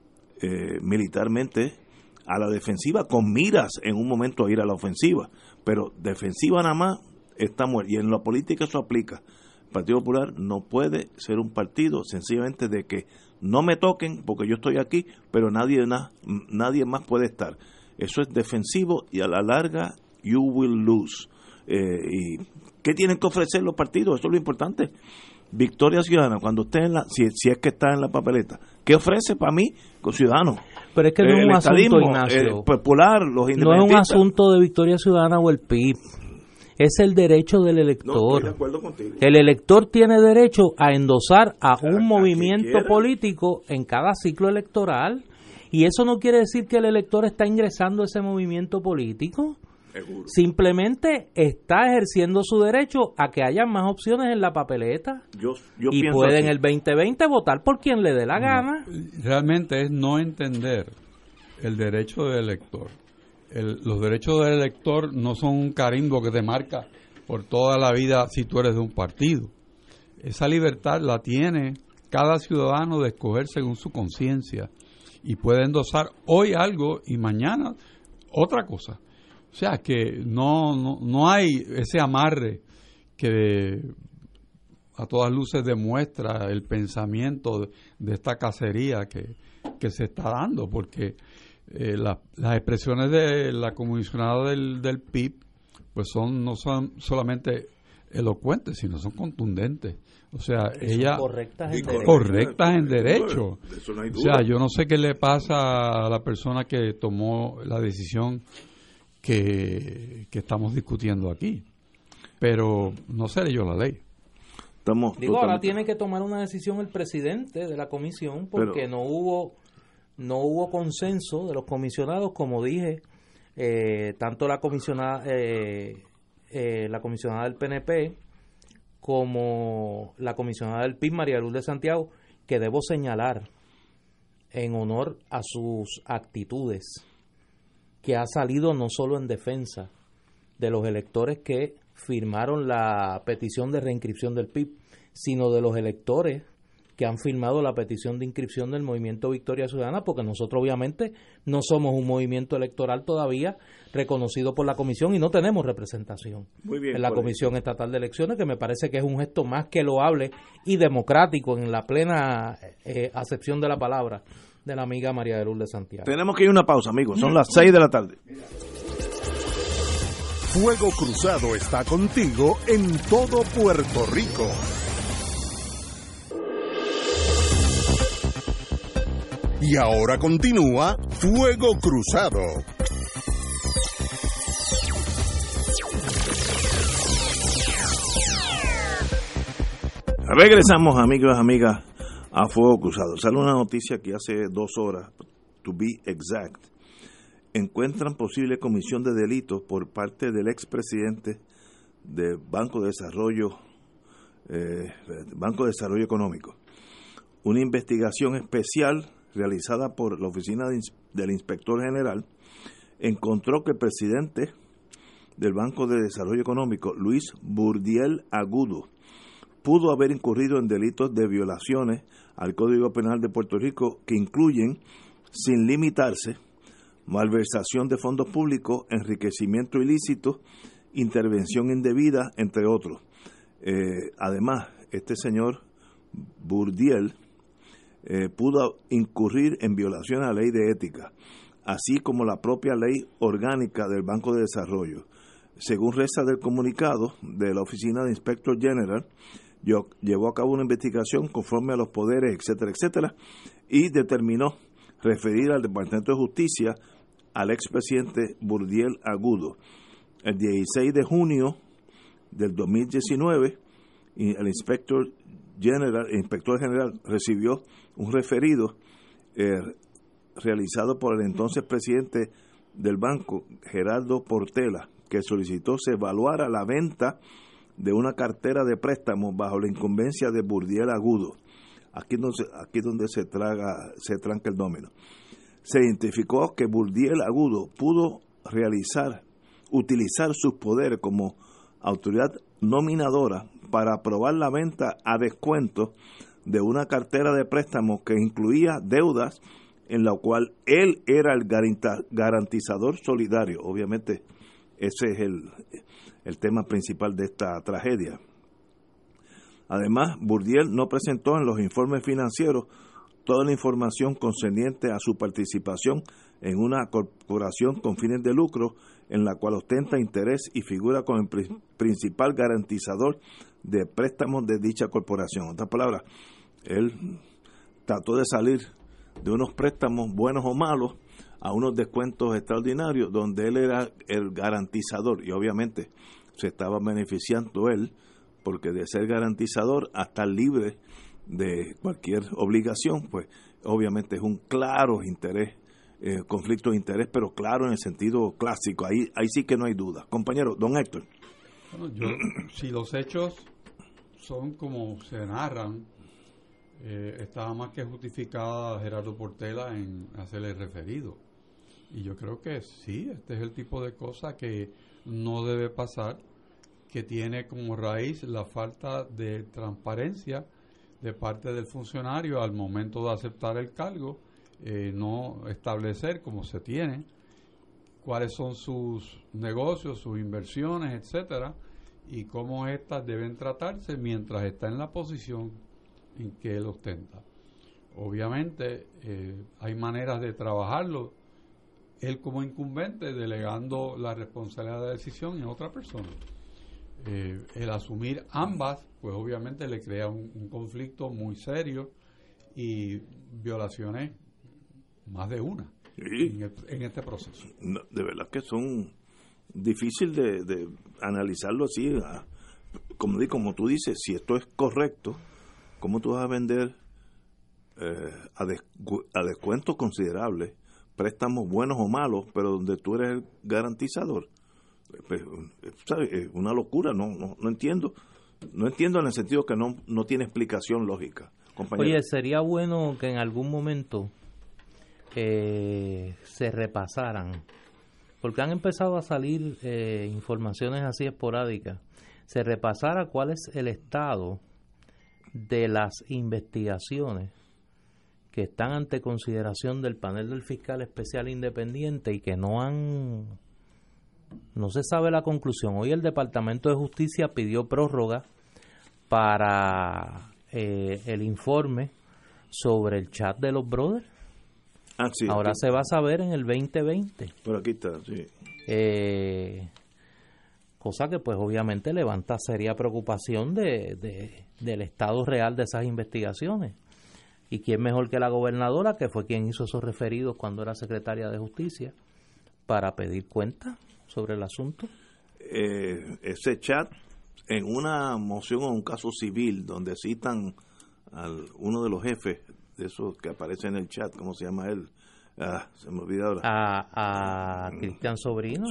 militarmente a la defensiva con miras en un momento a ir a la ofensiva, pero defensiva nada más está muerta. Y en la política eso aplica. El Partido Popular no puede ser un partido sencillamente de que no me toquen porque yo estoy aquí, pero nadie más puede estar. Eso es defensivo y a la larga you will lose. ¿Y qué tienen que ofrecer los partidos? Eso es lo importante. Victoria Ciudadana, cuando esté si es que está en la papeleta, ¿qué ofrece para mí con Ciudadanos? Pero es que no es un asunto, Ignacio, popular, los independentistas. No es un asunto de Victoria Ciudadana o el PIB. Es el derecho del elector. No, estoy de acuerdo contigo. El elector tiene derecho a endosar a un movimiento político en cada ciclo electoral. Y eso no quiere decir que el elector está ingresando a ese movimiento político. Seguro. Simplemente está ejerciendo su derecho a que haya más opciones en la papeleta. Yo y puede en el 2020 votar por quien le dé la gana. Realmente es no entender el derecho del elector. Los derechos del elector no son un carimbo que te marca por toda la vida si tú eres de un partido. Esa libertad la tiene cada ciudadano de escoger según su conciencia y puede endosar hoy algo y mañana otra cosa. O sea que no hay ese amarre que a todas luces demuestra el pensamiento de esta cacería que se está dando, porque las expresiones de la comisionada del PIB pues no son solamente elocuentes, sino son contundentes. O sea, ella correctas en derecho. Eso no hay duda. O sea, yo no sé qué le pasa a la persona que tomó la decisión que estamos discutiendo aquí. Pero no se leyó la ley. Ahora tiene que tomar una decisión el presidente de la comisión, porque no hubo consenso de los comisionados, como dije, tanto la comisionada del PNP como la comisionada del PIB, María Luz de Santiago, que debo señalar en honor a sus actitudes, que ha salido no solo en defensa de los electores que firmaron la petición de reinscripción del PIB, sino de los electores que han firmado la petición de inscripción del Movimiento Victoria Ciudadana, porque nosotros obviamente no somos un movimiento electoral todavía reconocido por la comisión y no tenemos representación en la Comisión Estatal de Elecciones, que me parece que es un gesto más que loable y democrático en la plena acepción de la palabra de la amiga María de Lourdes de Santiago. Tenemos que ir a una pausa, amigos, son las 6 de la tarde. Fuego Cruzado está contigo en todo Puerto Rico. Y ahora continúa Fuego Cruzado. Regresamos, amigos y amigas, a Fuego Cruzado. Sale una noticia que hace 2 horas, to be exact. Encuentran posible comisión de delitos por parte del expresidente del Banco de Desarrollo Económico. Una investigación especial realizada por la oficina del Inspector General encontró que el presidente del Banco de Desarrollo Económico, Luis Burdiel Agudo, pudo haber incurrido en delitos de violaciones al Código Penal de Puerto Rico que incluyen, sin limitarse, malversación de fondos públicos, enriquecimiento ilícito, intervención indebida, entre otros. Además, este señor Burdiel pudo incurrir en violación a la ley de ética, así como la propia ley orgánica del Banco de Desarrollo. Según reza del comunicado de la Oficina de Inspector General, llevó a cabo una investigación conforme a los poderes, etcétera, etcétera, y determinó referir al Departamento de Justicia al expresidente Burdiel Agudo. El 16 de junio del 2019, el inspector general recibió un referido realizado por el entonces presidente del banco, Gerardo Portela, que solicitó se evaluara la venta de una cartera de préstamos bajo la incumbencia de Burdiel Agudo. Aquí donde se tranca el domino. Se identificó que Burdiel Agudo pudo utilizar sus poderes como autoridad nominadora para aprobar la venta a descuento de una cartera de préstamos que incluía deudas en la cual él era el garantizador solidario. Obviamente ese es el tema principal de esta tragedia. Además, Burdiel no presentó en los informes financieros toda la información concerniente a su participación en una corporación con fines de lucro en la cual ostenta interés y figura como el principal garantizador de préstamos de dicha corporación. En otras palabras, él trató de salir de unos préstamos buenos o malos a unos descuentos extraordinarios donde él era el garantizador y obviamente se estaba beneficiando él, porque de ser garantizador a estar libre de cualquier obligación, pues obviamente es un claro interés, conflicto de interés, pero claro en el sentido clásico. Ahí sí que no hay duda. Compañero, don Héctor. Bueno, si los hechos son como se narran, estaba más que justificada Gerardo Portela en hacerle referido. Y yo creo que sí, este es el tipo de cosa que no debe pasar, que tiene como raíz la falta de transparencia de parte del funcionario al momento de aceptar el cargo, no establecer como se tiene cuáles son sus negocios, sus inversiones, etcétera, y cómo éstas deben tratarse mientras está en la posición en que él ostenta. Obviamente hay maneras de trabajarlo, él como incumbente delegando la responsabilidad de decisión en otra persona. El asumir ambas, pues obviamente le crea un conflicto muy serio y violaciones más de una en este proceso. No, de verdad que son difícil de analizarlo así. Como tú dices, si esto es correcto, ¿cómo tú vas a vender a descuentos considerables préstamos buenos o malos, pero donde tú eres el garantizador? Pues, ¿sabes? Es una locura, no entiendo. No entiendo en el sentido que no tiene explicación lógica, compañero. Oye, sería bueno que en algún momento se repasaran, porque han empezado a salir informaciones así esporádicas, se repasara cuál es el estado de las investigaciones que están ante consideración del panel del fiscal especial independiente y que no se sabe la conclusión. Hoy el Departamento de Justicia pidió prórroga para el informe sobre el chat de los brothers. Sí, ahora aquí se va a saber en el 2020. Pero aquí está, sí. Cosa que pues obviamente levanta seria preocupación del estado real de esas investigaciones. ¿Y quién mejor que la gobernadora, que fue quien hizo esos referidos cuando era secretaria de Justicia, para pedir cuentas sobre el asunto? Ese chat, en una moción o un caso civil donde citan a uno de los jefes de esos que aparece en el chat, ¿cómo se llama él? Se me olvida ahora. A Cristian Sobrino.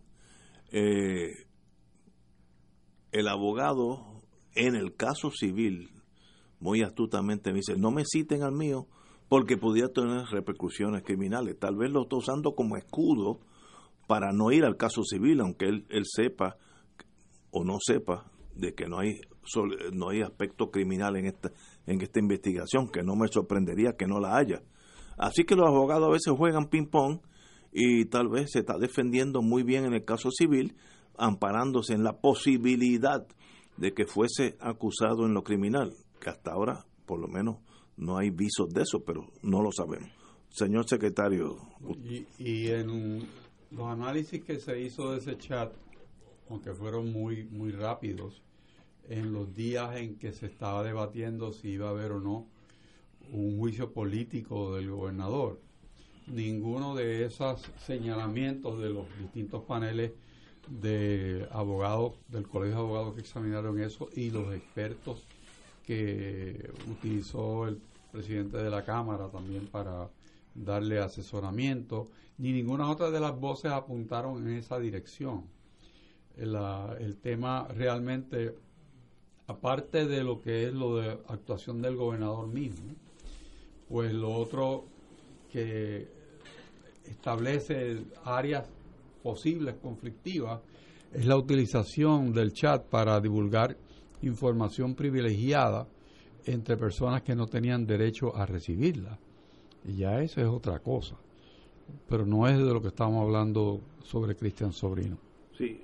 El abogado en el caso civil muy astutamente me dice, no me citen al mío porque pudiera tener repercusiones criminales. Tal vez lo está usando como escudo para no ir al caso civil, aunque él sepa o no sepa de que no hay aspecto criminal en esta investigación, que no me sorprendería que no la haya. Así que los abogados a veces juegan ping-pong y tal vez se está defendiendo muy bien en el caso civil, amparándose en la posibilidad de que fuese acusado en lo criminal, que hasta ahora por lo menos no hay visos de eso, pero no lo sabemos. Señor secretario. Y en los análisis que se hizo de ese chat, aunque fueron muy, muy rápidos, en los días en que se estaba debatiendo si iba a haber o no un juicio político del gobernador, ninguno de esos señalamientos de los distintos paneles de abogados, del Colegio de Abogados que examinaron eso y los expertos que utilizó el presidente de la Cámara también para darle asesoramiento, ni ninguna otra de las voces apuntaron en esa dirección. El tema realmente, aparte de lo que es lo de actuación del gobernador mismo, pues lo otro que establece áreas posibles conflictivas es la utilización del chat para divulgar información privilegiada entre personas que no tenían derecho a recibirla. Y ya eso es otra cosa. Pero no es de lo que estamos hablando sobre Cristian Sobrino. Sí,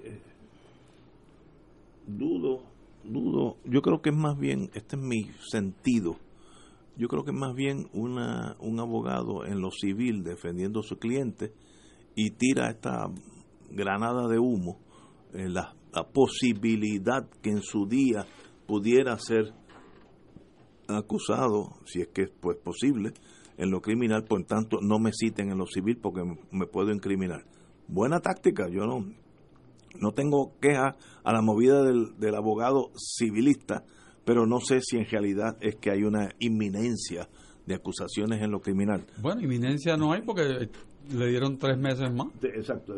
dudo. Yo creo que es más bien, este es mi sentido, yo creo que es más bien un abogado en lo civil defendiendo a su cliente y tira esta granada de humo, la posibilidad que en su día pudiera ser acusado, si es que es pues posible, en lo criminal, por tanto no me citen en lo civil porque me puedo incriminar. Buena táctica, yo no tengo queja a la movida del abogado civilista, pero no sé si en realidad es que hay una inminencia de acusaciones en lo criminal. Bueno, inminencia no hay porque le dieron 3 meses más. Exacto.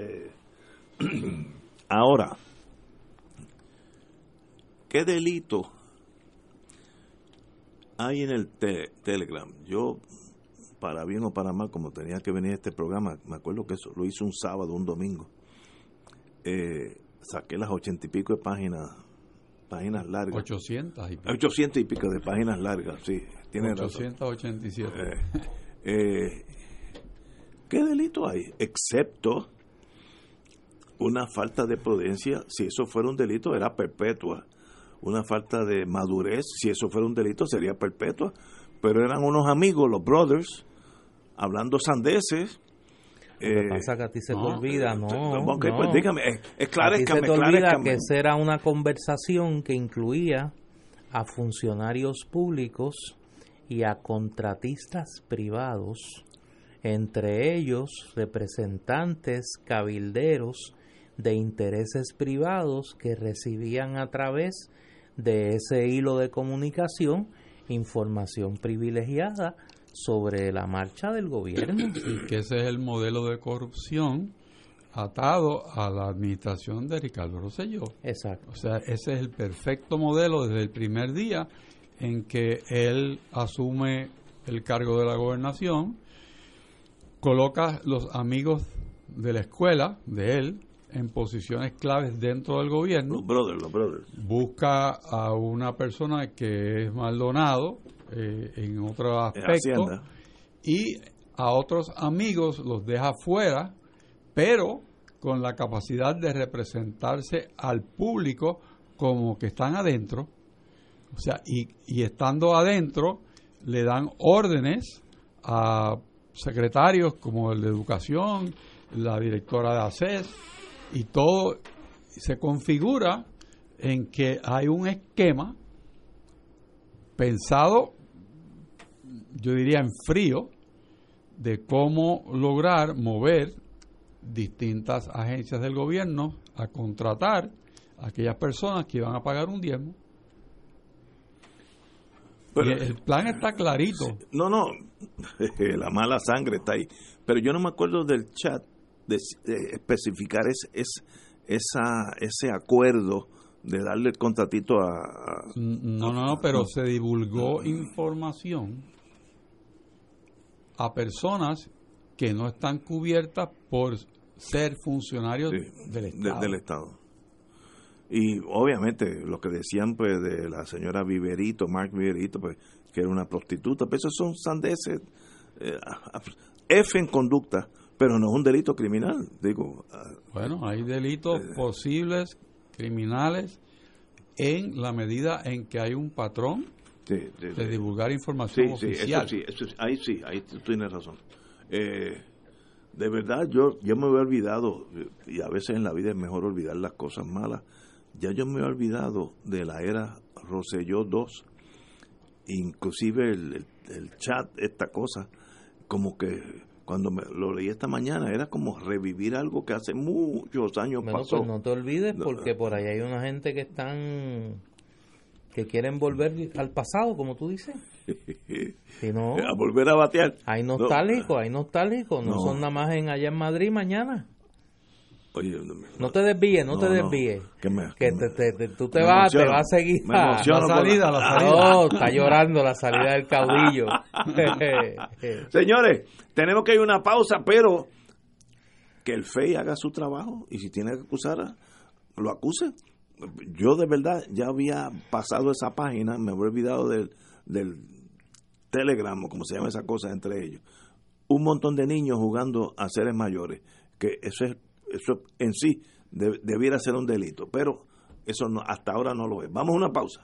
Ahora, ¿qué delito hay en el Telegram? Yo, para bien o para mal, como tenía que venir a este programa, me acuerdo que eso lo hice un sábado, un domingo. Saqué las 80 y pico de páginas largas. 800 y pico. 800 y pico de páginas largas, sí. Tiene 887. ¿Qué delito hay? Excepto una falta de prudencia, si eso fuera un delito, era perpetua. Una falta de madurez, si eso fuera un delito, sería perpetua. Pero eran unos amigos, los brothers, hablando sandeces. Lo que pasa que a ti se te olvida, Pues dígame, esclarezcame. A ti se te olvida que esa era una conversación que incluía a funcionarios públicos y a contratistas privados, entre ellos representantes cabilderos de intereses privados que recibían a través de ese hilo de comunicación información privilegiada sobre la marcha del gobierno. Y que ese es el modelo de corrupción atado a la administración de Ricardo Rosselló. Exacto. O sea, ese es el perfecto modelo desde el primer día en que él asume el cargo de la gobernación, coloca los amigos de la escuela de él en posiciones claves dentro del gobierno. Los brothers. Busca a una persona que es Maldonado en otro aspecto y a otros amigos los deja fuera, pero con la capacidad de representarse al público como que están adentro. O sea, y estando adentro le dan órdenes a secretarios como el de Educación, la directora de ACES, y todo se configura en que hay un esquema pensado, yo diría en frío, de cómo lograr mover distintas agencias del gobierno a contratar a aquellas personas que iban a pagar un diezmo. Pero, y el plan está clarito. No, la mala sangre está ahí. Pero yo no me acuerdo del chat de especificar ese acuerdo de darle el contratito a... No, pero se divulgó información a personas que no están cubiertas por ser funcionarios del Estado. Del Estado. Y obviamente lo que decían pues de la señora Viverito, Mark Viverito, pues que era una prostituta, pues esos son sandeces, F en conducta, pero no es un delito criminal, digo. Bueno, hay delitos posibles, criminales, en la medida en que hay un patrón de divulgar información oficial. Ahí tú tienes razón. De verdad, yo me había olvidado, y a veces en la vida es mejor olvidar las cosas malas. Ya yo me he olvidado de la era Rosselló II, inclusive el chat, esta cosa, como que cuando lo leí esta mañana era como revivir algo que hace muchos años pasó. Pues no te olvides, porque por ahí hay una gente que que quieren volver al pasado, como tú dices. Si no, a volver a batear. Hay nostálgicos, no son nada más allá en Madrid mañana. Oye, no te desvíes. Tú te vas a seguir la salida. No, está llorando la salida del caudillo. Señores, tenemos que ir a una pausa, pero que el FEI haga su trabajo y si tiene que acusar, lo acuse. Yo de verdad ya había pasado esa página, me había olvidado del Telegram, o como se llama esa cosa entre ellos. Un montón de niños jugando a seres mayores, que eso en sí debiera ser un delito, pero eso no, hasta ahora no lo es. Vamos a una pausa.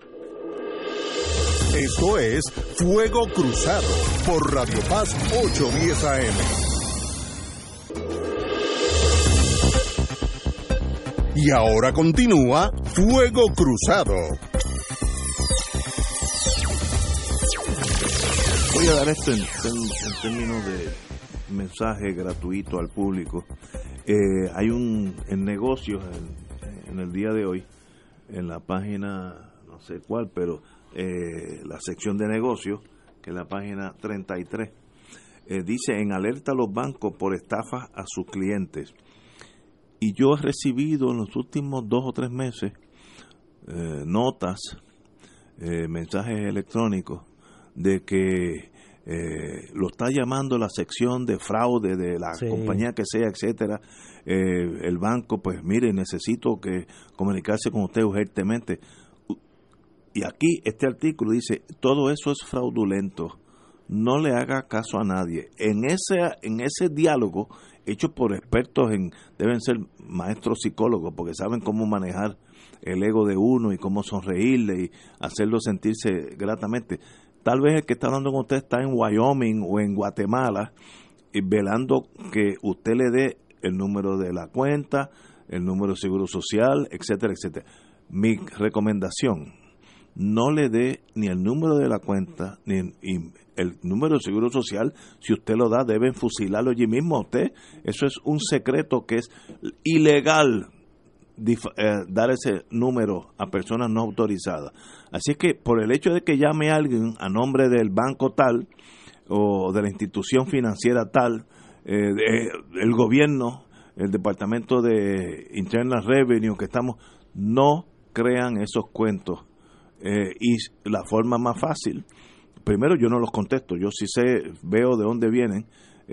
Esto es Fuego Cruzado por Radio Paz 810 AM. Y ahora continúa Fuego Cruzado. Voy a dar esto en términos de mensaje gratuito al público. Hay en negocios en el día de hoy, en la página, no sé cuál, pero la sección de negocios, que es la página 33, dice: en alerta a los bancos por estafas a sus clientes. Y yo he recibido en los últimos 2 o 3 meses notas, mensajes electrónicos de que lo está llamando la sección de fraude de la compañía que sea, etcétera. El banco, pues mire, necesito comunicarse con usted urgentemente. Y aquí este artículo dice: todo eso es fraudulento, no le haga caso a nadie. En ese diálogo hecho por expertos deben ser maestros psicólogos, porque saben cómo manejar el ego de uno y cómo sonreírle y hacerlo sentirse gratamente. Tal vez el que está hablando con usted está en Wyoming o en Guatemala, y velando que usted le dé el número de la cuenta, el número de seguro social, etcétera, etcétera. Mi recomendación: no le dé ni el número de la cuenta ni el número de seguro social. Si usted lo da, deben fusilarlo allí mismo a usted. Eso es un secreto que es ilegal, dar ese número a personas no autorizadas. Así que por el hecho de que llame a alguien a nombre del banco tal o de la institución financiera tal, el gobierno, el Departamento de Internal Revenue que estamos, no crean esos cuentos. Y la forma más fácil, primero yo no los contesto, yo sí veo de dónde vienen,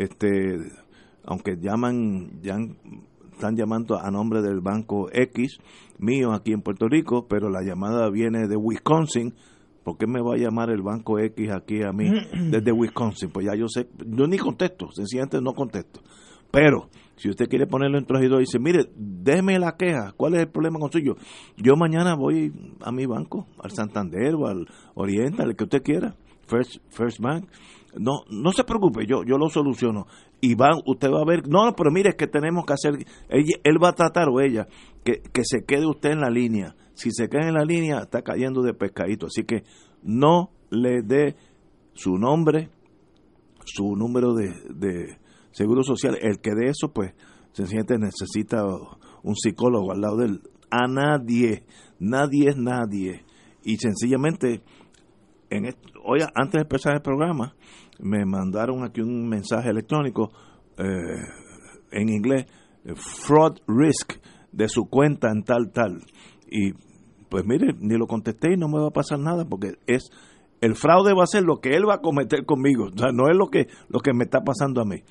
aunque están llamando a nombre del banco X mío aquí en Puerto Rico, pero la llamada viene de Wisconsin. ¿Por qué me va a llamar el banco X aquí a mí desde Wisconsin? Pues ya yo sé, yo ni contesto, sencillamente no contesto. Pero si usted quiere ponerlo en trajidor y dice, mire, déjeme la queja, ¿cuál es el problema con suyo? Yo mañana voy a mi banco, al Santander o al Oriental, el que usted quiera, First Bank. No se preocupe, yo lo soluciono. Y usted va a ver, no, pero mire, es que tenemos que hacer, él va a tratar, o ella, que se quede usted en la línea. Si se queda en la línea, está cayendo de pescadito. Así que no le dé su nombre, su número de seguro social. El que de eso, pues, sencillamente necesita un psicólogo al lado de él. A nadie es nadie. Y sencillamente, hoy, antes de empezar el programa, me mandaron aquí un mensaje electrónico en inglés, fraud risk, de su cuenta en tal. Y pues mire, ni lo contesté y no me va a pasar nada, porque el fraude va a ser lo que él va a cometer conmigo, o sea, no es lo que me está pasando a mí.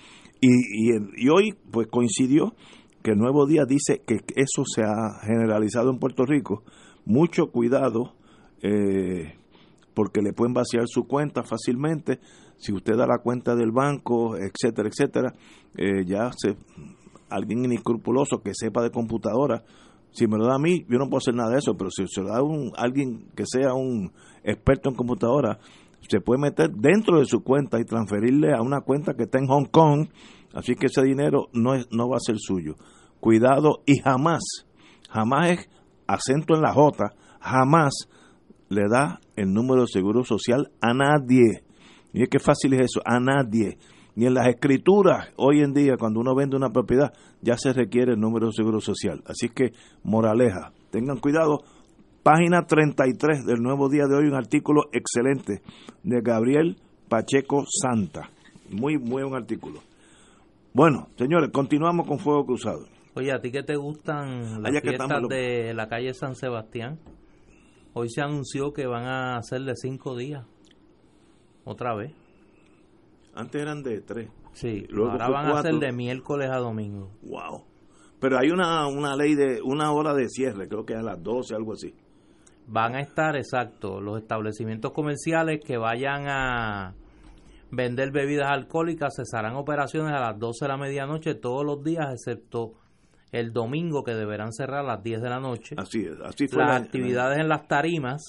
Y hoy pues coincidió que el Nuevo Día dice que eso se ha generalizado en Puerto Rico. Mucho cuidado, porque le pueden vaciar su cuenta fácilmente. Si usted da la cuenta del banco, etcétera, alguien inescrupuloso que sepa de computadora, si me lo da a mí, yo no puedo hacer nada de eso, pero si se lo da a alguien que sea un experto en computadora, se puede meter dentro de su cuenta y transferirle a una cuenta que está en Hong Kong, así que ese dinero no va a ser suyo. Cuidado, y jamás es acento en la J, jamás le da el número de seguro social a nadie. Y es que fácil es eso, a nadie. Ni en las escrituras, hoy en día, cuando uno vende una propiedad, ya se requiere el número de seguro social. Así que, moraleja, tengan cuidado. Página 33 del Nuevo Día de hoy, un artículo excelente de Gabriel Pacheco Santa. Muy buen artículo. Bueno, señores, continuamos con Fuego Cruzado. Oye, ¿a ti qué te gustan las fiestas de la calle San Sebastián? Hoy se anunció que van a hacer de 5 días. Otra vez. Antes eran de 3. Sí, luego ahora van 4. A ser de miércoles a domingo. Wow. Pero hay una ley de una hora de cierre, creo que a las 12, algo así. Van a estar, exacto, los establecimientos comerciales que vayan a vender bebidas alcohólicas cesarán operaciones a las 12 de la medianoche todos los días, excepto el domingo, que deberán cerrar a las 10 de la noche. Así es, así fue. Las actividades en las tarimas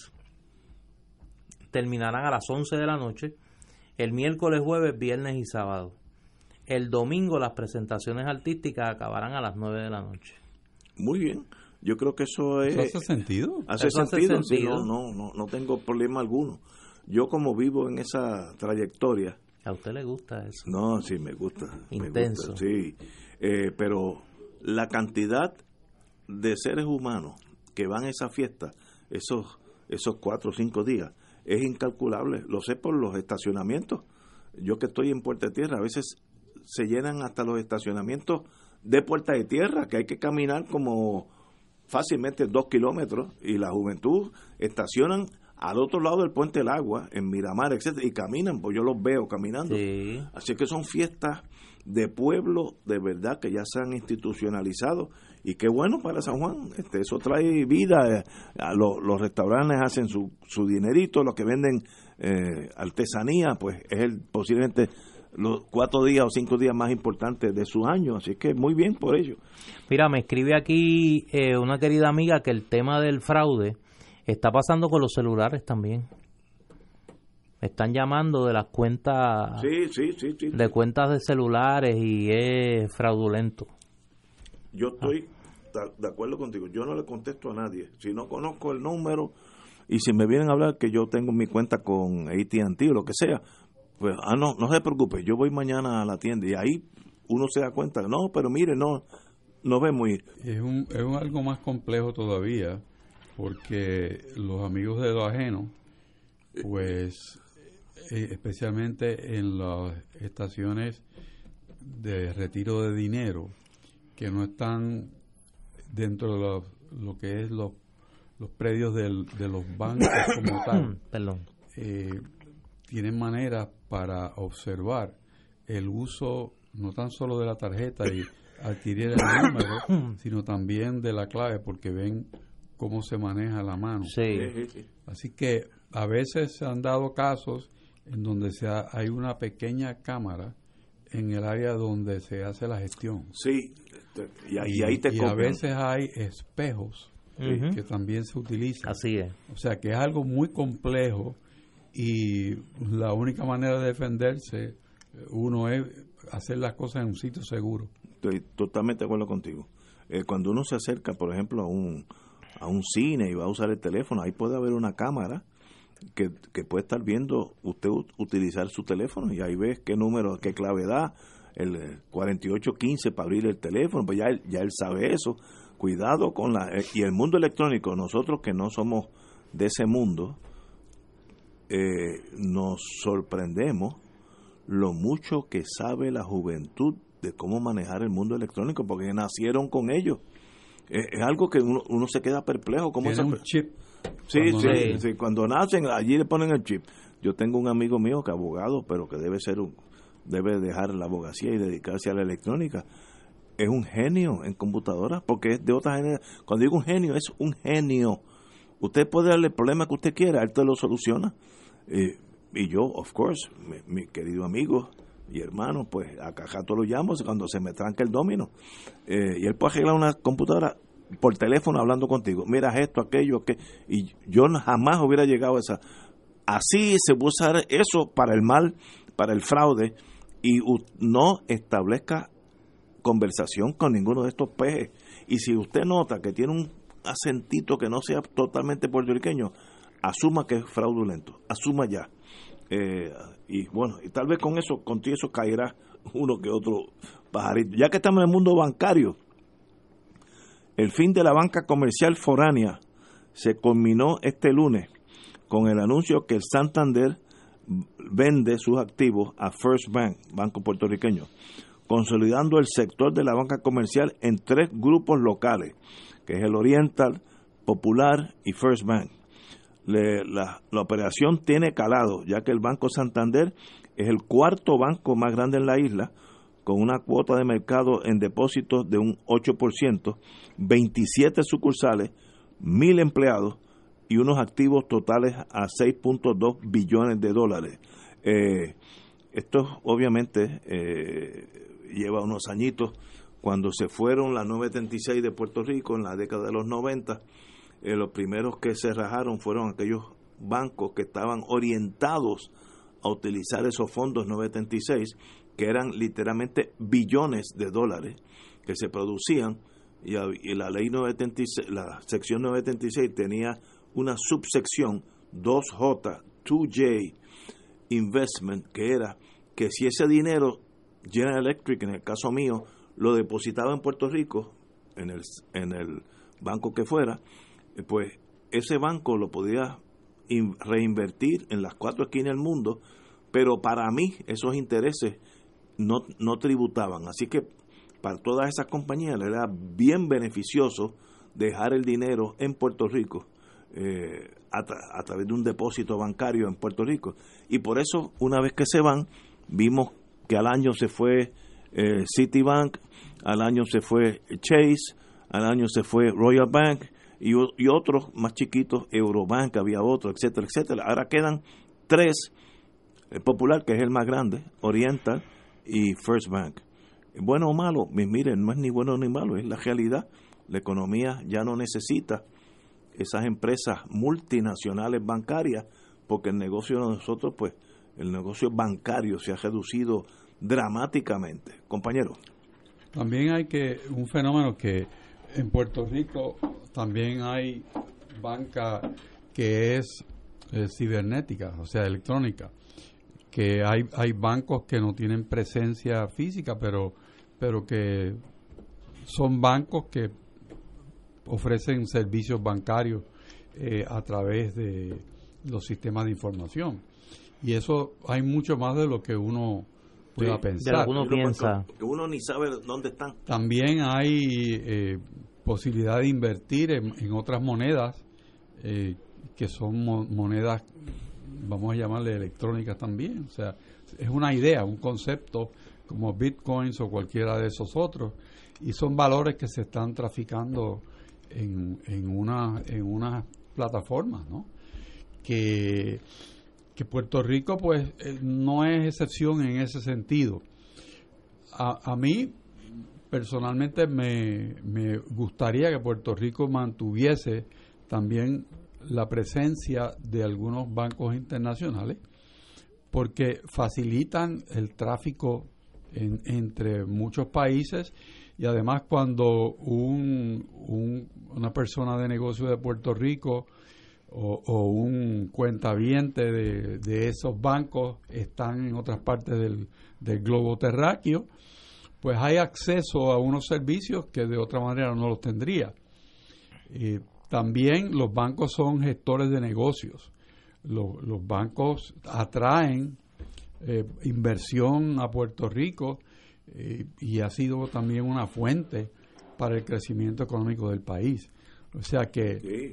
terminarán a las 11 de la noche, el miércoles, jueves, viernes y sábado. El domingo las presentaciones artísticas acabarán a las 9 de la noche. Muy bien. Yo creo que eso es... ¿Eso hace sentido? Hace sentido. Sí, no tengo problema alguno. Yo, como vivo en esa trayectoria... ¿A usted le gusta eso? No, sí, me gusta. Intenso. Me gusta, sí. Pero la cantidad de seres humanos que van a esa fiesta, esos 4 o 5 días, es incalculable. Lo sé por los estacionamientos. Yo que estoy en Puerta de Tierra, a veces se llenan hasta los estacionamientos de Puerta de Tierra, que hay que caminar como fácilmente 2 kilómetros, y la juventud estacionan al otro lado del Puente del Agua, en Miramar, etcétera, y caminan, pues yo los veo caminando. Sí. Así que son fiestas de pueblo, de verdad, que ya se han institucionalizado, y qué bueno para San Juan. Eso trae vida. Los restaurantes hacen su dinerito, los que venden artesanía, pues es posiblemente los 4 días o 5 días más importantes de su año, así que muy bien por ello. Mira, me escribe aquí una querida amiga que el tema del fraude está pasando con los celulares también. Están llamando de las cuentas de cuentas de celulares y es fraudulento. Yo estoy de acuerdo contigo. Yo no le contesto a nadie. Si no conozco el número Y si me vienen a hablar que yo tengo mi cuenta con AT&T o lo que sea, pues, no se preocupe, yo voy mañana a la tienda y ahí uno se da cuenta, no, pero mire, no vemos ir. Es un algo más complejo todavía, porque los amigos de lo ajeno, pues, especialmente en las estaciones de retiro de dinero, que no están dentro de lo que es los predios de los bancos como tal, Perdón. tienen maneras para observar el uso no tan solo de la tarjeta y adquirir el número, sino también de la clave, porque ven cómo se maneja la mano. Sí. Así que a veces se han dado casos en donde hay una pequeña cámara en el área donde se hace la gestión. Sí, y ahí te y a veces hay espejos que también se utilizan. Así es. O sea que es algo muy complejo y la única manera de defenderse uno es hacer las cosas en un sitio seguro. Estoy totalmente de acuerdo contigo. Cuando uno se acerca, por ejemplo, a un cine y va a usar el teléfono, ahí puede haber una cámara que puede estar viendo usted utilizar su teléfono y ahí ves qué número, qué clave da, el 4815 para abrir el teléfono, pues ya él sabe eso. Cuidado con y el mundo electrónico, nosotros que no somos de ese mundo, nos sorprendemos lo mucho que sabe la juventud de cómo manejar el mundo electrónico, porque nacieron con ellos. Es algo que uno se queda perplejo. ¿Cómo tiene un chip? Sí, cuando nacen, allí le ponen el chip. Yo tengo un amigo mío que es abogado, pero que debe dejar la abogacía y dedicarse a la electrónica. Es un genio en computadoras, porque es de otra generación. Cuando digo un genio, es un genio. Usted puede darle el problema que usted quiera, él te lo soluciona. Y yo, of course, mi querido amigo y hermano, pues a Cajato lo llamo cuando se me tranca el domino. Y él puede arreglar una computadora por teléfono hablando contigo. Mira esto, aquello, y yo jamás hubiera llegado a esa. Así se puede usar eso para el mal, para el fraude, y no establezca conversación con ninguno de estos pejes. Y si usted nota que tiene un acentito que no sea totalmente puertorriqueño, asuma que es fraudulento, asuma ya. Y bueno, y tal vez contigo eso caerá uno que otro pajarito. Ya que estamos en el mundo bancario, el fin de la banca comercial foránea se culminó este lunes con el anuncio que el Santander vende sus activos a First Bank, banco puertorriqueño, consolidando el sector de la banca comercial en 3 grupos locales, que es el Oriental, Popular y First Bank. La operación tiene calado, ya que el Banco Santander es el 4º banco más grande en la isla, con una cuota de mercado en depósitos de un 8%, 27 sucursales, 1,000 empleados y unos activos totales a $6.2 billones. Esto obviamente lleva unos añitos. Cuando se fueron las 936 de Puerto Rico en la década de los 90, los primeros que se rajaron fueron aquellos bancos que estaban orientados a utilizar esos fondos 936, que eran literalmente billones de dólares que se producían, y la ley 936, la sección 936 tenía una subsección 2J, 2J Investment, que era que si ese dinero General Electric, en el caso mío, lo depositaba en Puerto Rico, en el banco que fuera, pues ese banco lo podía reinvertir en las 4 esquinas del mundo, pero para mí esos intereses no tributaban. Así que para todas esas compañías le era bien beneficioso dejar el dinero en Puerto Rico a través de un depósito bancario en Puerto Rico. Y por eso, una vez que se van, vimos que al año se fue Citibank, al año se fue Chase, al año se fue Royal Bank y otros más chiquitos, Eurobank, había otro, etcétera, etcétera. Ahora quedan 3, el Popular, que es el más grande, Oriental y First Bank. Bueno o malo, miren, no es ni bueno ni malo, es la realidad. La economía ya no necesita esas empresas multinacionales bancarias, porque el negocio de nosotros, pues, el negocio bancario se ha reducido dramáticamente. Compañero. También hay un fenómeno que en Puerto Rico también hay banca que es cibernética, o sea, electrónica, que hay bancos que no tienen presencia física, pero que son bancos que ofrecen servicios bancarios a través de los sistemas de información. Y eso hay mucho más de lo que uno pueda pensar. De lo que uno piensa. Que uno ni sabe dónde están. También hay posibilidad de invertir en otras monedas que son monedas, vamos a llamarle electrónicas también. O sea, es una idea, un concepto como bitcoins o cualquiera de esos otros, y son valores que se están traficando en unas plataformas, ¿no? Que Puerto Rico pues no es excepción en ese sentido. A mí personalmente me gustaría que Puerto Rico mantuviese también la presencia de algunos bancos internacionales, porque facilitan el tráfico entre muchos países, y además cuando una persona de negocio de Puerto Rico o un cuentaviente de esos bancos están en otras partes del globo terráqueo, pues hay acceso a unos servicios que de otra manera no los tendría. También los bancos son gestores de negocios. Los bancos atraen inversión a Puerto Rico y ha sido también una fuente para el crecimiento económico del país. O sea que... Sí.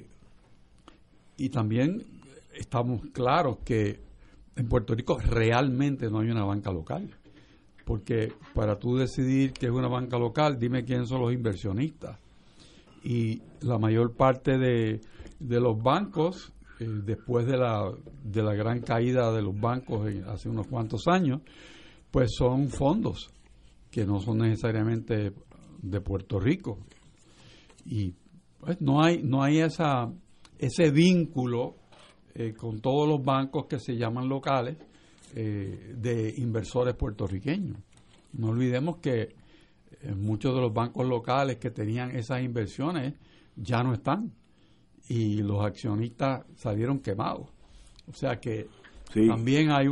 Y también estamos claros que en Puerto Rico realmente no hay una banca local. Porque para tú decidir que es una banca local, dime quién son los inversionistas. Y la mayor parte de los bancos, después de la gran caída de los bancos hace unos cuantos años, pues son fondos que no son necesariamente de Puerto Rico. Y pues no hay ese vínculo con todos los bancos que se llaman locales de inversores puertorriqueños. No olvidemos que muchos de los bancos locales que tenían esas inversiones ya no están y los accionistas salieron quemados. O sea que sí, también hay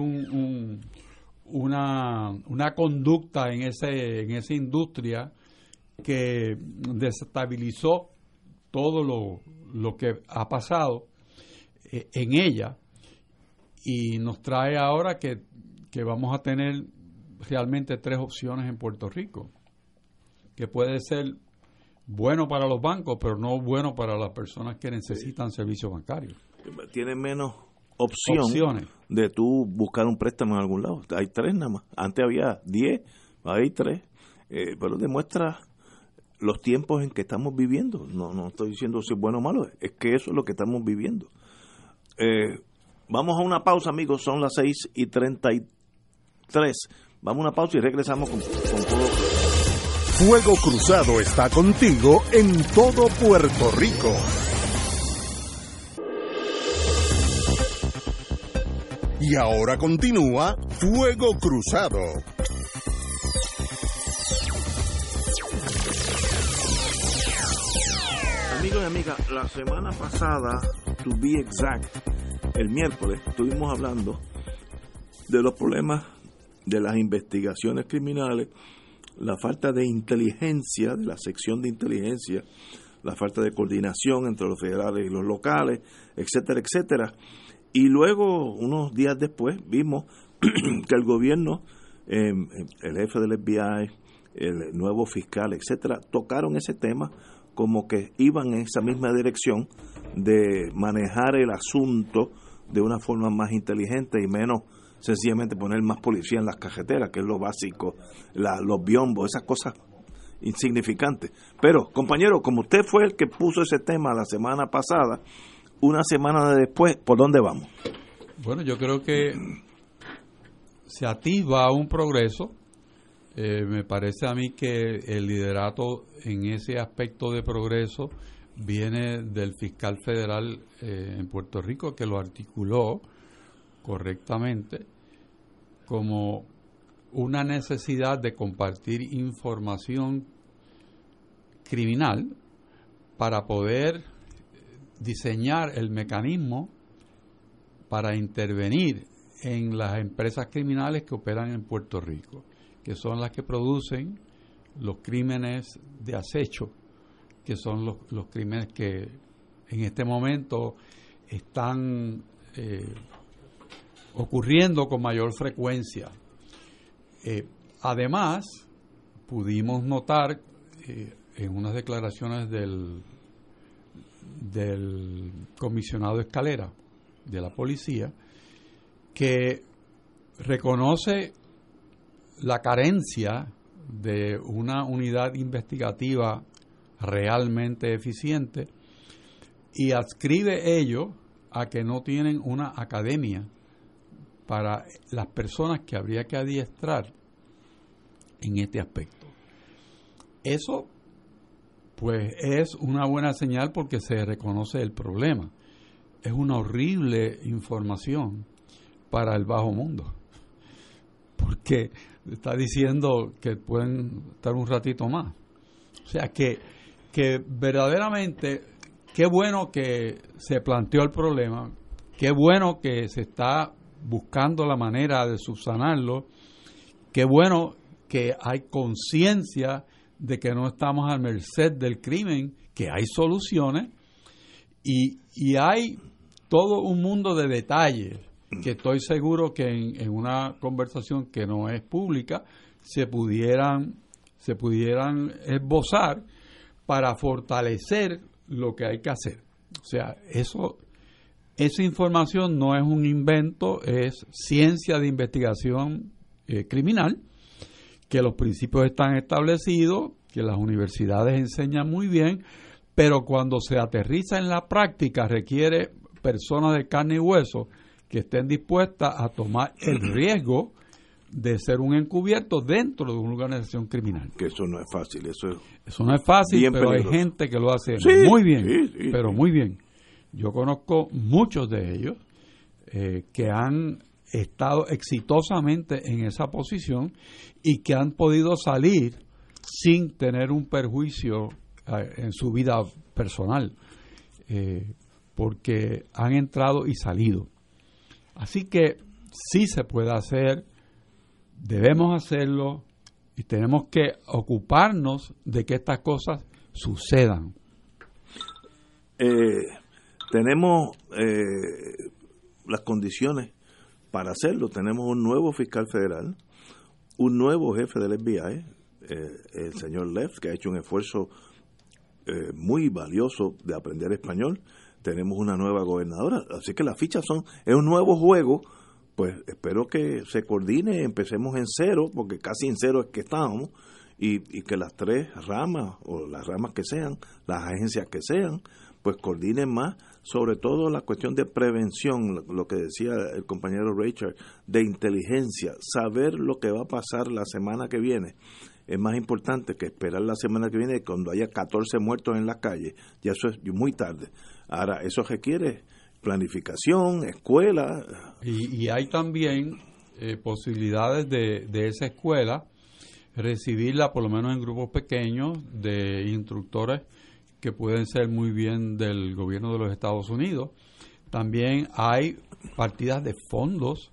una conducta en esa industria que desestabilizó todo lo que ha pasado en ella, y nos trae ahora que vamos a tener realmente tres opciones en Puerto Rico, que puede ser bueno para los bancos, pero no bueno para las personas que necesitan servicios bancarios. Tiene menos opciones de tú buscar un préstamo en algún lado. Hay tres nada más. Antes había 10, hay tres. Pero demuestra los tiempos en que estamos viviendo. No estoy diciendo si es bueno o malo, es que eso es lo que estamos viviendo. Vamos a una pausa, amigos, son las 6:33. Vamos a una pausa y regresamos con todo. Fuego Cruzado está contigo en todo Puerto Rico. Y ahora continúa Fuego Cruzado. Amigos y amigas, la semana pasada, to be exact, el miércoles, estuvimos hablando de los problemas de las investigaciones criminales, la falta de inteligencia, de la sección de inteligencia, la falta de coordinación entre los federales y los locales, etcétera, etcétera. Y luego, unos días después, vimos que el gobierno, el jefe del FBI, el nuevo fiscal, etcétera, tocaron ese tema como que iban en esa misma dirección de manejar el asunto de una forma más inteligente y menos sencillamente poner más policía en las carreteras, que es lo básico, los biombos, esas cosas insignificantes. Pero, compañero, como usted fue el que puso ese tema la semana pasada, una semana después, ¿por dónde vamos? Bueno, yo creo que se atisba un progreso. Me parece a mí que el liderato en ese aspecto de progreso viene del fiscal federal en Puerto Rico, que lo articuló correctamente como una necesidad de compartir información criminal para poder diseñar el mecanismo para intervenir en las empresas criminales que operan en Puerto Rico, que son las que producen los crímenes de acecho, que son los crímenes que en este momento están ocurriendo con mayor frecuencia. Además, pudimos notar en unas declaraciones del comisionado Escalera de la policía, que reconoce la carencia de una unidad investigativa realmente eficiente y adscribe ello a que no tienen una academia para las personas que habría que adiestrar en este aspecto. Eso pues es una buena señal porque se reconoce el problema. Es una horrible información para el bajo mundo, porque está diciendo que pueden estar un ratito más. O sea que verdaderamente, qué bueno que se planteó el problema, qué bueno que se está buscando la manera de subsanarlo, qué bueno que hay conciencia de que no estamos a merced del crimen, que hay soluciones y hay todo un mundo de detalles que estoy seguro que en una conversación que no es pública se pudieran esbozar para fortalecer lo que hay que hacer. O sea, esa información no es un invento, es ciencia de investigación criminal, que los principios están establecidos, que las universidades enseñan muy bien, pero cuando se aterriza en la práctica requiere personas de carne y hueso que estén dispuestas a tomar el riesgo de ser un encubierto dentro de una organización criminal. Que eso no es fácil, eso no es fácil, pero peligroso. Hay gente que lo hace muy bien, pero muy bien. Yo conozco muchos de ellos que han estado exitosamente en esa posición y que han podido salir sin tener un perjuicio en su vida personal, porque han entrado y salido. Así que sí se puede hacer, debemos hacerlo y tenemos que ocuparnos de que estas cosas sucedan. Tenemos las condiciones para hacerlo. Tenemos un nuevo fiscal federal, un nuevo jefe del FBI, el señor Leff, que ha hecho un esfuerzo muy valioso de aprender español. Tenemos una nueva gobernadora, así que las fichas es un nuevo juego. Pues espero que se coordine, empecemos en cero, porque casi en cero es que estábamos, y que las tres ramas, o las ramas que sean, las agencias que sean, pues coordinen más, sobre todo la cuestión de prevención, lo que decía el compañero Richard, de inteligencia, saber lo que va a pasar la semana que viene. Es más importante que esperar la semana que viene cuando haya 14 muertos en la calle, ya eso es muy tarde. Ahora, eso requiere planificación, escuela. Y hay también posibilidades de esa escuela recibirla por lo menos en grupos pequeños de instructores que pueden ser muy bien del gobierno de los Estados Unidos. También hay partidas de fondos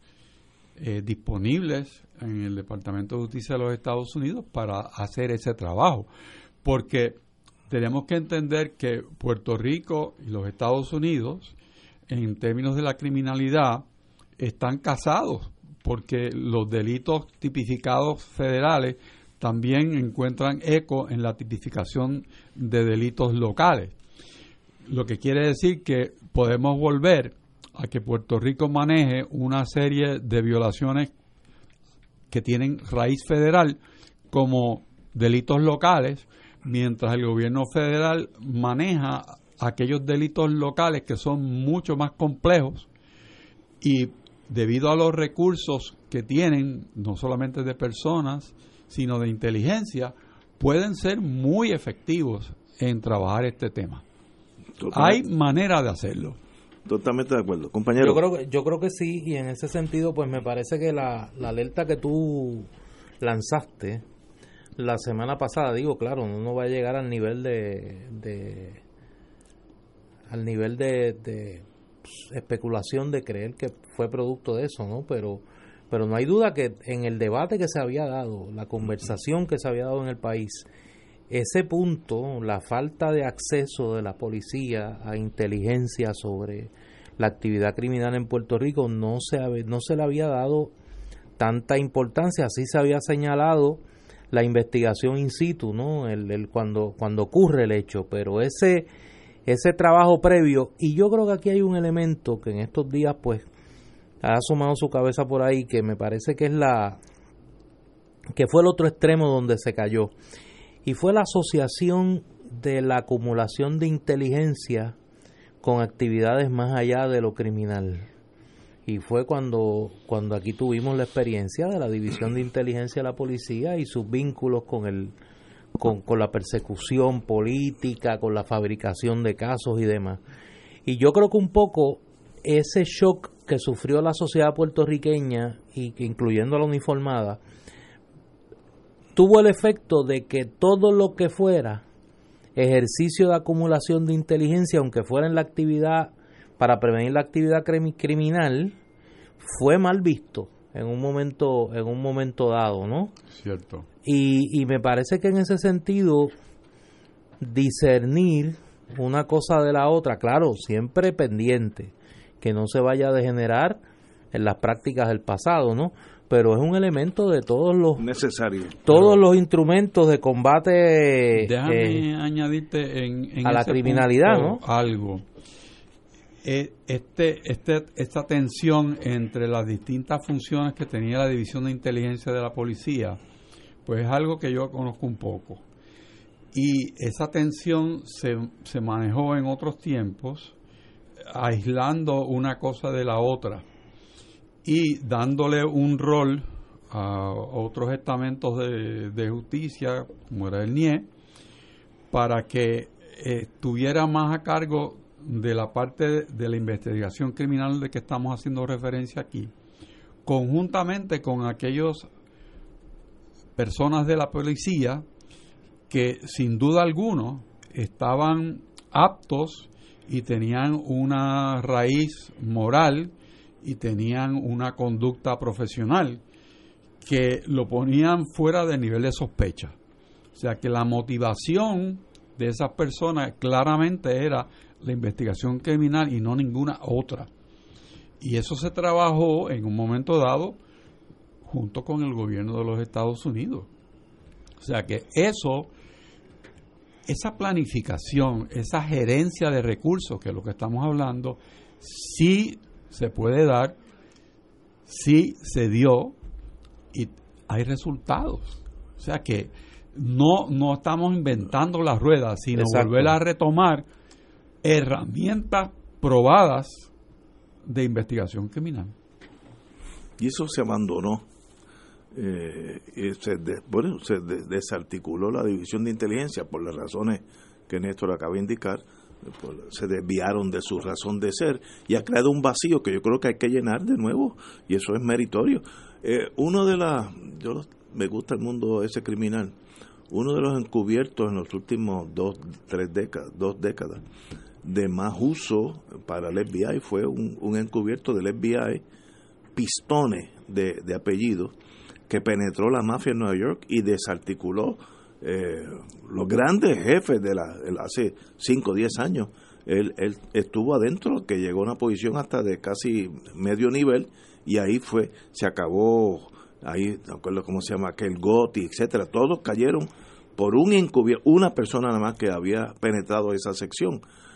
disponibles en el Departamento de Justicia de los Estados Unidos para hacer ese trabajo, porque tenemos que entender que Puerto Rico y los Estados Unidos, en términos de la criminalidad, están casados, porque los delitos tipificados federales también encuentran eco en la tipificación de delitos locales. Lo que quiere decir que podemos volver a que Puerto Rico maneje una serie de violaciones que tienen raíz federal como delitos locales, mientras el gobierno federal maneja aquellos delitos locales que son mucho más complejos y debido a los recursos que tienen, no solamente de personas, sino de inteligencia, pueden ser muy efectivos en trabajar este tema. Hay manera de hacerlo. Totalmente de acuerdo. Compañero. Yo creo que sí, y en ese sentido, pues me parece que la alerta que tú lanzaste la semana pasada, digo, claro, no va a llegar al nivel de al nivel de especulación de creer que fue producto de eso, ¿no? Pero no hay duda que en el debate que se había dado, la conversación que se había dado en el país, ese punto, la falta de acceso de la policía a inteligencia sobre la actividad criminal en Puerto Rico no se le había dado tanta importancia. Así se había señalado la investigación in situ, ¿no? Cuando ocurre el hecho, pero ese trabajo previo, y yo creo que aquí hay un elemento que en estos días pues ha asomado su cabeza por ahí, que me parece que que fue el otro extremo donde se cayó, y fue la asociación de la acumulación de inteligencia con actividades más allá de lo criminal. Y fue cuando aquí tuvimos la experiencia de la División de Inteligencia de la Policía y sus vínculos con la persecución política, con la fabricación de casos y demás. Y yo creo que un poco ese shock que sufrió la sociedad puertorriqueña, y incluyendo a la uniformada, tuvo el efecto de que todo lo que fuera ejercicio de acumulación de inteligencia, aunque fuera en la actividad para prevenir la actividad criminal, fue mal visto en un momento dado, ¿no? Cierto. Y me parece que en ese sentido discernir una cosa de la otra, claro, siempre pendiente que no se vaya a degenerar en las prácticas del pasado, ¿no? Pero es un elemento de todos los los instrumentos de combate. Déjame añadirte en a la criminalidad, ¿no? Algo. Esta tensión entre las distintas funciones que tenía la División de Inteligencia de la Policía, pues es algo que yo conozco un poco. Y esa tensión se manejó en otros tiempos, aislando una cosa de la otra y dándole un rol a otros estamentos de justicia, como era el NIE, para que estuviera más a cargo de la parte de la investigación criminal de que estamos haciendo referencia aquí, conjuntamente con aquellas personas de la policía que sin duda alguna estaban aptos y tenían una raíz moral y tenían una conducta profesional que lo ponían fuera del nivel de sospecha. O sea que la motivación de esas personas claramente era la investigación criminal y no ninguna otra. Y eso se trabajó en un momento dado junto con el gobierno de los Estados Unidos. O sea que esa planificación, esa gerencia de recursos, que es lo que estamos hablando, sí se puede dar, sí se dio y hay resultados. O sea que no estamos inventando la rueda, sino volver a retomar herramientas probadas de investigación criminal. Y eso se abandonó. Se desarticuló la División de Inteligencia por las razones que Néstor acaba de indicar. Se desviaron de su razón de ser y ha creado un vacío que yo creo que hay que llenar de nuevo, y eso es meritorio. Me gusta el mundo ese criminal. Uno de los encubiertos en los últimos dos décadas de más uso para el FBI fue un encubierto del FBI, Pistone de apellido, que penetró la mafia en Nueva York y desarticuló los grandes jefes hace 5 o 10 años. Él estuvo adentro, que llegó a una posición hasta de casi medio nivel, y ahí se acabó, ahí no recuerdo cómo se llama, aquel Gotti, etcétera, todos cayeron por una persona nada más que había penetrado esa sección,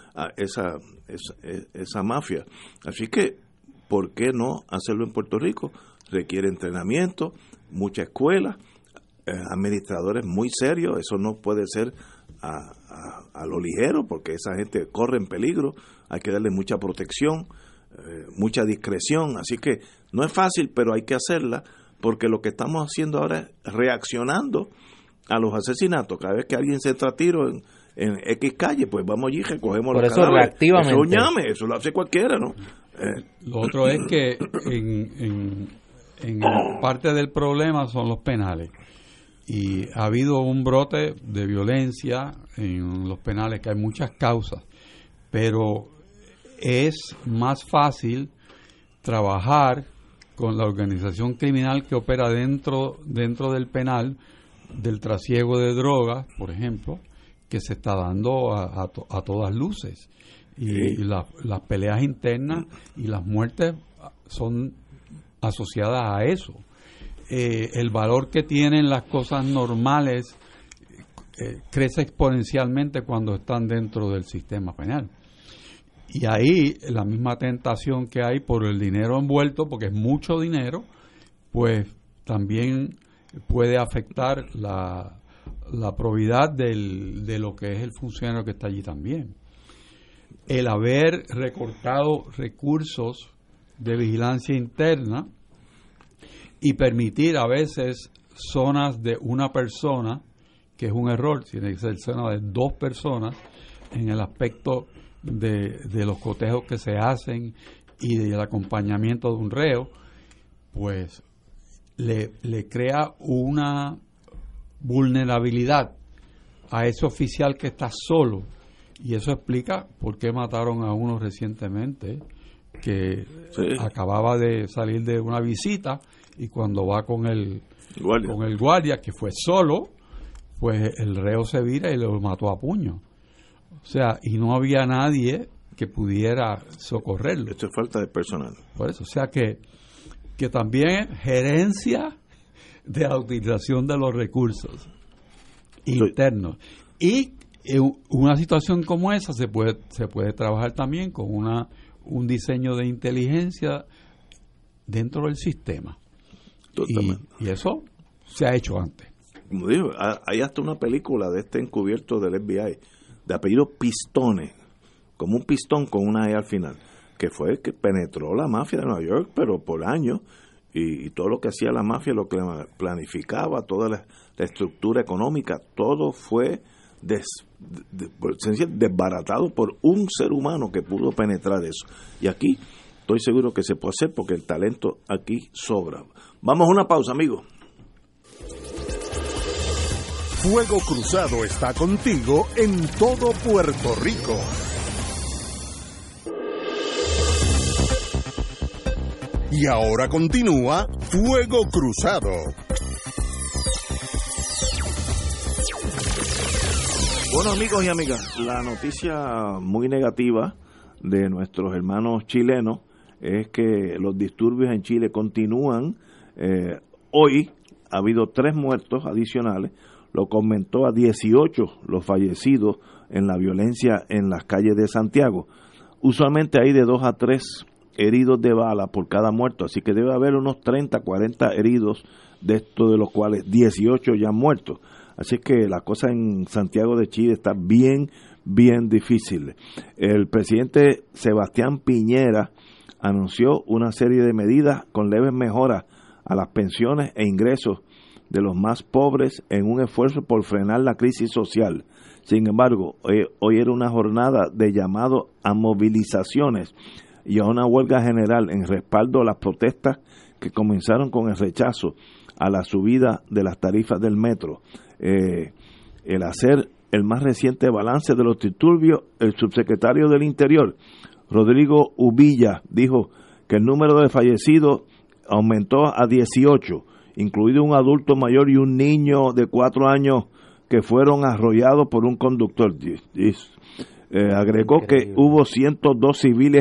esa mafia. Así que, ¿por qué no hacerlo en Puerto Rico? Requiere entrenamiento, mucha escuela, administradores muy serios. Eso no puede ser a lo ligero, porque esa gente corre en peligro. Hay que darle mucha protección, mucha discreción. Así que no es fácil, pero hay que hacerla, porque lo que estamos haciendo ahora es reaccionando a los asesinatos. Cada vez que alguien se entra a tiro en X calle, pues vamos allí y recogemos los cadáveres. Reactivamente. Eso llame, eso lo hace cualquiera, ¿no? Lo otro es que en parte del problema son los penales, y ha habido un brote de violencia en los penales, que hay muchas causas, pero es más fácil trabajar con la organización criminal que opera dentro del penal, del trasiego de drogas, por ejemplo, que se está dando a todas luces. Y las peleas internas y las muertes son asociadas a eso. El valor que tienen las cosas normales crece exponencialmente cuando están dentro del sistema penal. Y ahí la misma tentación que hay por el dinero envuelto, porque es mucho dinero, pues también puede afectar la probidad de lo que es el funcionario que está allí también. El haber recortado recursos de vigilancia interna y permitir a veces zonas de una persona, que es un error, tiene que ser zona de 2 personas en el aspecto de los cotejos que se hacen y del acompañamiento de un reo, pues le crea una vulnerabilidad a ese oficial que está solo, y eso explica por qué mataron a uno recientemente que acababa de salir de una visita, y cuando va con el guardia que fue solo, pues el reo se vira y lo mató a puño. O sea, y no había nadie que pudiera socorrerlo. Esto es falta de personal. Por eso, o sea que también gerencia de la utilización de los recursos internos. Y una situación como esa se puede trabajar también con un diseño de inteligencia dentro del sistema. Y eso se ha hecho antes. Como digo, hay hasta una película de este encubierto del FBI, de apellido Pistone, como un pistón con una E al final, que fue el que penetró la mafia de Nueva York, pero por años, y todo lo que hacía la mafia, lo que planificaba, toda la estructura económica, todo fue desbaratado por un ser humano que pudo penetrar eso. Y aquí estoy seguro que se puede hacer porque el talento aquí sobra. Vamos a una pausa, amigos. Fuego Cruzado está contigo en todo Puerto Rico. Y ahora continúa Fuego Cruzado. Bueno, amigos y amigas, la noticia muy negativa de nuestros hermanos chilenos es que los disturbios en Chile continúan. Hoy ha habido 3 muertos adicionales, lo que aumentó a 18 los fallecidos en la violencia en las calles de Santiago. Usualmente hay de 2 a 3 heridos de bala por cada muerto, así que debe haber unos 30, 40 heridos, de estos de los cuales 18 ya han muerto. Así que la cosa en Santiago de Chile está bien, bien difícil. El presidente Sebastián Piñera anunció una serie de medidas con leves mejoras a las pensiones e ingresos de los más pobres en un esfuerzo por frenar la crisis social. Sin embargo, hoy era una jornada de llamado a movilizaciones y a una huelga general en respaldo a las protestas que comenzaron con el rechazo a la subida de las tarifas del metro. El hacer el más reciente balance de los disturbios, el subsecretario del Interior, Rodrigo Ubilla, dijo que el número de fallecidos aumentó a 18, incluido un adulto mayor y un niño de 4 años que fueron arrollados por un conductor. Agregó que hubo 102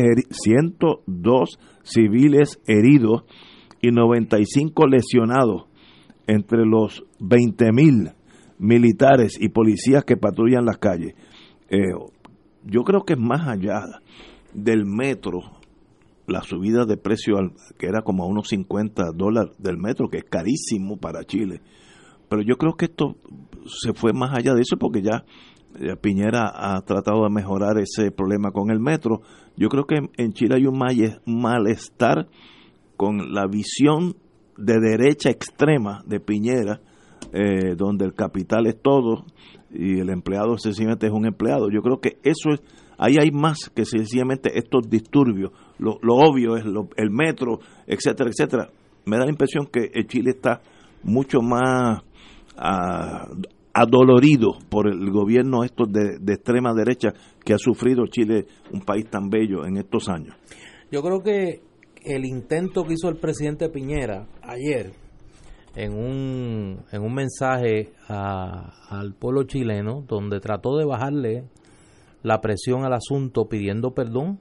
civiles heridos y 95 lesionados entre los 20,000 militares y policías que patrullan las calles. Yo creo que es más allá del metro, la subida de precio que era como a unos $50 del metro, que es carísimo para Chile, pero yo creo que esto se fue más allá de eso, porque ya Piñera ha tratado de mejorar ese problema con el metro. Yo creo que en Chile hay un malestar con la visión de derecha extrema de Piñera, donde el capital es todo y el empleado sencillamente es un empleado. Yo creo que eso es, ahí hay más que sencillamente estos disturbios. Lo obvio es el metro, etcétera, etcétera. Me da la impresión que Chile está mucho más adolorido por el gobierno estos de extrema derecha que ha sufrido Chile, un país tan bello en estos años. Yo creo que el intento que hizo el presidente Piñera ayer en un mensaje al pueblo chileno, donde trató de bajarle la presión al asunto pidiendo perdón,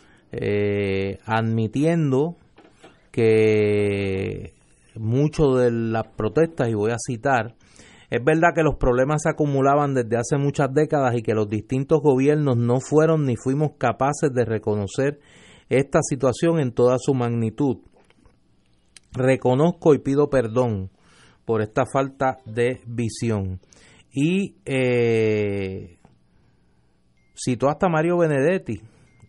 admitiendo que mucho de las protestas, y voy a citar, es verdad que los problemas se acumulaban desde hace muchas décadas y que los distintos gobiernos no fueron ni fuimos capaces de reconocer esta situación en toda su magnitud. Reconozco y pido perdón por esta falta de visión. Y citó hasta Mario Benedetti,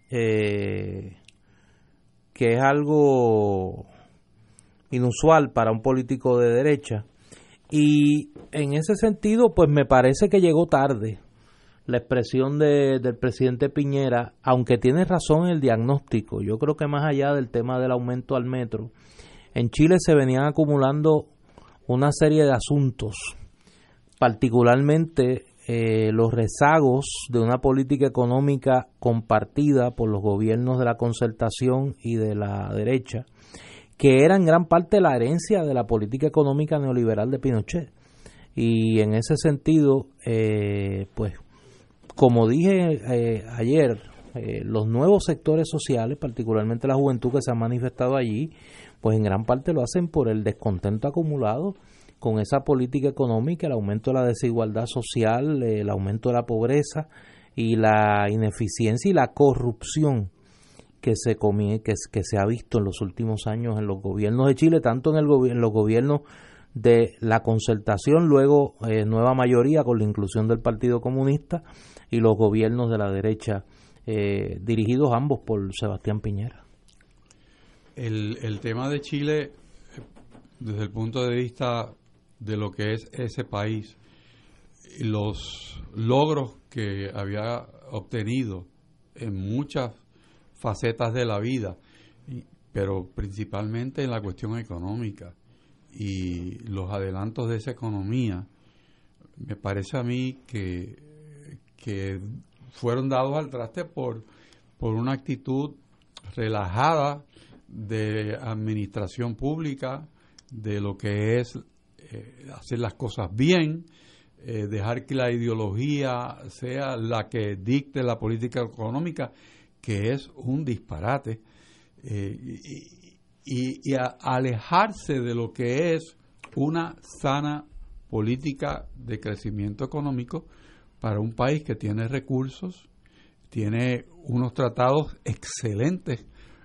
que es algo inusual para un político de derecha. Y en ese sentido, pues me parece que llegó tarde la expresión del presidente Piñera, aunque tiene razón en el diagnóstico. Yo creo que más allá del tema del aumento al metro, en Chile se venían acumulando una serie de asuntos, particularmente los rezagos de una política económica compartida por los gobiernos de la concertación y de la derecha, que era en gran parte la herencia de la política económica neoliberal de Pinochet. Y en ese sentido, pues, como dije ayer, los nuevos sectores sociales, particularmente la juventud que se ha manifestado allí, pues en gran parte lo hacen por el descontento acumulado con esa política económica, el aumento de la desigualdad social, el aumento de la pobreza y la ineficiencia y la corrupción que se ha visto en los últimos años en los gobiernos de Chile, tanto en los gobiernos de la concertación, luego nueva mayoría con la inclusión del Partido Comunista, y los gobiernos de la derecha, dirigidos ambos por Sebastián Piñera. El tema de Chile, desde el punto de vista de lo que es ese país, los logros que había obtenido en muchas facetas de la vida, pero principalmente en la cuestión económica y los adelantos de esa economía, me parece a mí que fueron dados al traste por una actitud relajada de administración pública, de lo que es hacer las cosas bien, dejar que la ideología sea la que dicte la política económica, que es un disparate, y alejarse de lo que es una sana política de crecimiento económico para un país que tiene recursos, tiene unos tratados excelentes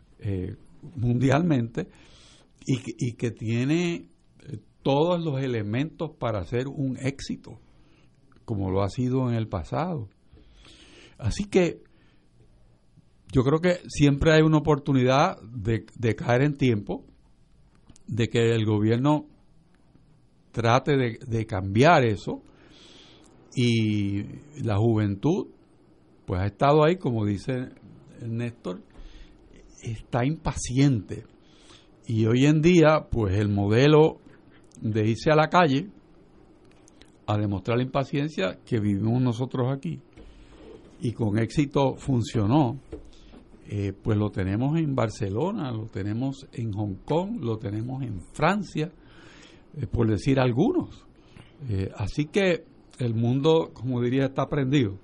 mundialmente y que tiene todos los elementos para ser un éxito, como lo ha sido en el pasado. Así que yo creo que siempre hay una oportunidad de caer en tiempo, de que el gobierno trate de cambiar eso, y la juventud pues ha estado ahí, como dice Néstor, está impaciente, y hoy en día pues el modelo de irse a la calle a demostrar la impaciencia que vivimos nosotros aquí, y con éxito funcionó, pues lo tenemos en Barcelona, lo tenemos en Hong Kong, lo tenemos en Francia, por decir algunos. Así que el mundo, como diría, está prendido,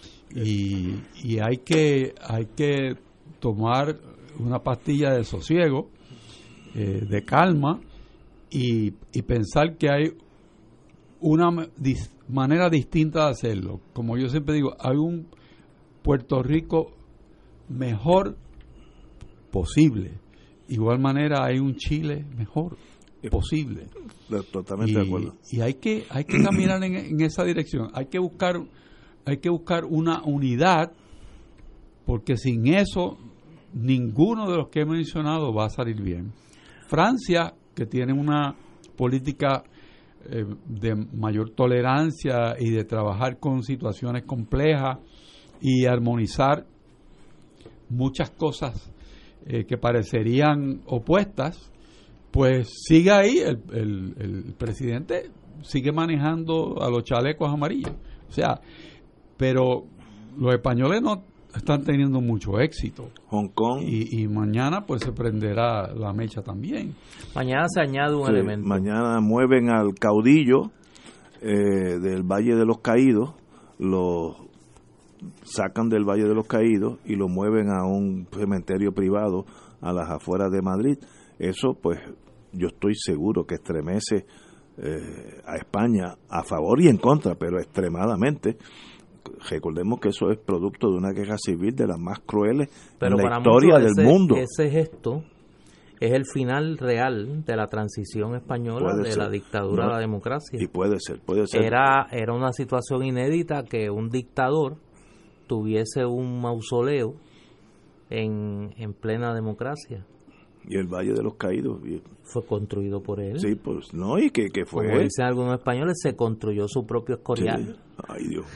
y hay que tomar una pastilla de sosiego, de calma, y pensar que hay una manera distinta de hacerlo. Como yo siempre digo, hay un Puerto Rico mejor posible. Igual manera hay un Chile mejor posible. Totalmente de acuerdo. Y hay que caminar en esa dirección. Hay que buscar una unidad, porque sin eso ninguno de los que he mencionado va a salir bien. Francia, que tiene una política de mayor tolerancia y de trabajar con situaciones complejas y armonizar muchas cosas que parecerían opuestas, pues sigue ahí el presidente sigue manejando a los chalecos amarillos. O sea, pero los españoles no están teniendo mucho éxito. Hong Kong. Y mañana pues se prenderá la mecha también. Mañana se añade un elemento. Mañana mueven al caudillo del Valle de los Caídos, lo sacan del Valle de los Caídos y lo mueven a un cementerio privado a las afueras de Madrid. Eso pues yo estoy seguro que estremece a España a favor y en contra, pero extremadamente. Recordemos que eso es producto de una guerra civil de las más crueles en la historia del mundo. Ese gesto es el final real de la transición española de la dictadura a la democracia. Y puede ser. Era una situación inédita que un dictador tuviese un mausoleo en plena democracia. Y el Valle de los Caídos fue construido por él. Sí, pues no, y que fue como dicen algunos españoles, se construyó su propio Escorial. Sí. Ay, Dios.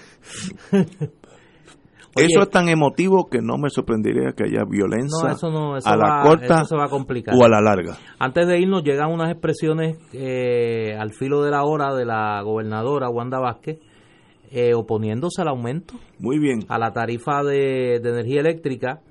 Oye, eso es tan emotivo que no me sorprendería que haya violencia eso a la corta se va a complicar. O a la larga. Antes de irnos, llegan unas expresiones al filo de la hora de la gobernadora Wanda Vázquez, oponiéndose al aumento. Muy bien. A la tarifa de energía eléctrica.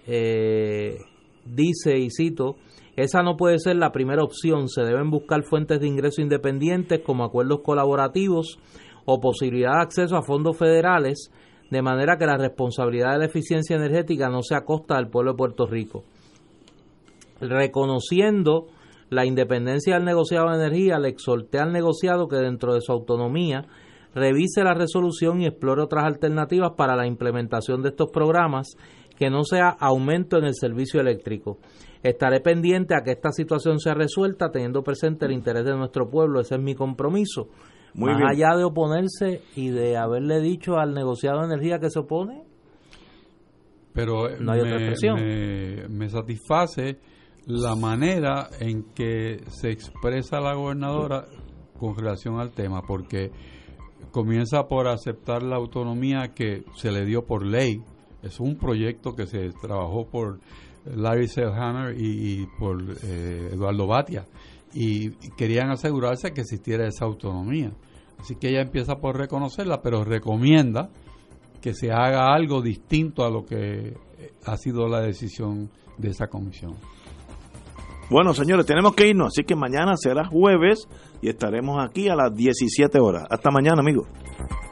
Dice, y cito, esa no puede ser la primera opción, se deben buscar fuentes de ingreso independientes como acuerdos colaborativos o posibilidad de acceso a fondos federales, de manera que la responsabilidad de la eficiencia energética no sea a costa del pueblo de Puerto Rico. Reconociendo la independencia del negociado de energía, le exhorté al negociado que dentro de su autonomía revise la resolución y explore otras alternativas para la implementación de estos programas que no sea aumento en el servicio eléctrico. Estaré pendiente a que esta situación sea resuelta teniendo presente el interés de nuestro pueblo. Ese es mi compromiso. Muy Más bien. allá de oponerse y de haberle dicho al negociado de energía que se opone, pero no hay otra expresión. Me satisface la manera en que se expresa la gobernadora con relación al tema, porque comienza por aceptar la autonomía que se le dio por ley. Es un proyecto que se trabajó por Larry Selhammer y por Eduardo Batia, y querían asegurarse que existiera esa autonomía. Así que ella empieza por reconocerla, pero recomienda que se haga algo distinto a lo que ha sido la decisión de esa comisión. Bueno, señores, tenemos que irnos, así que mañana será jueves y estaremos aquí a las 17 horas. Hasta mañana, amigos.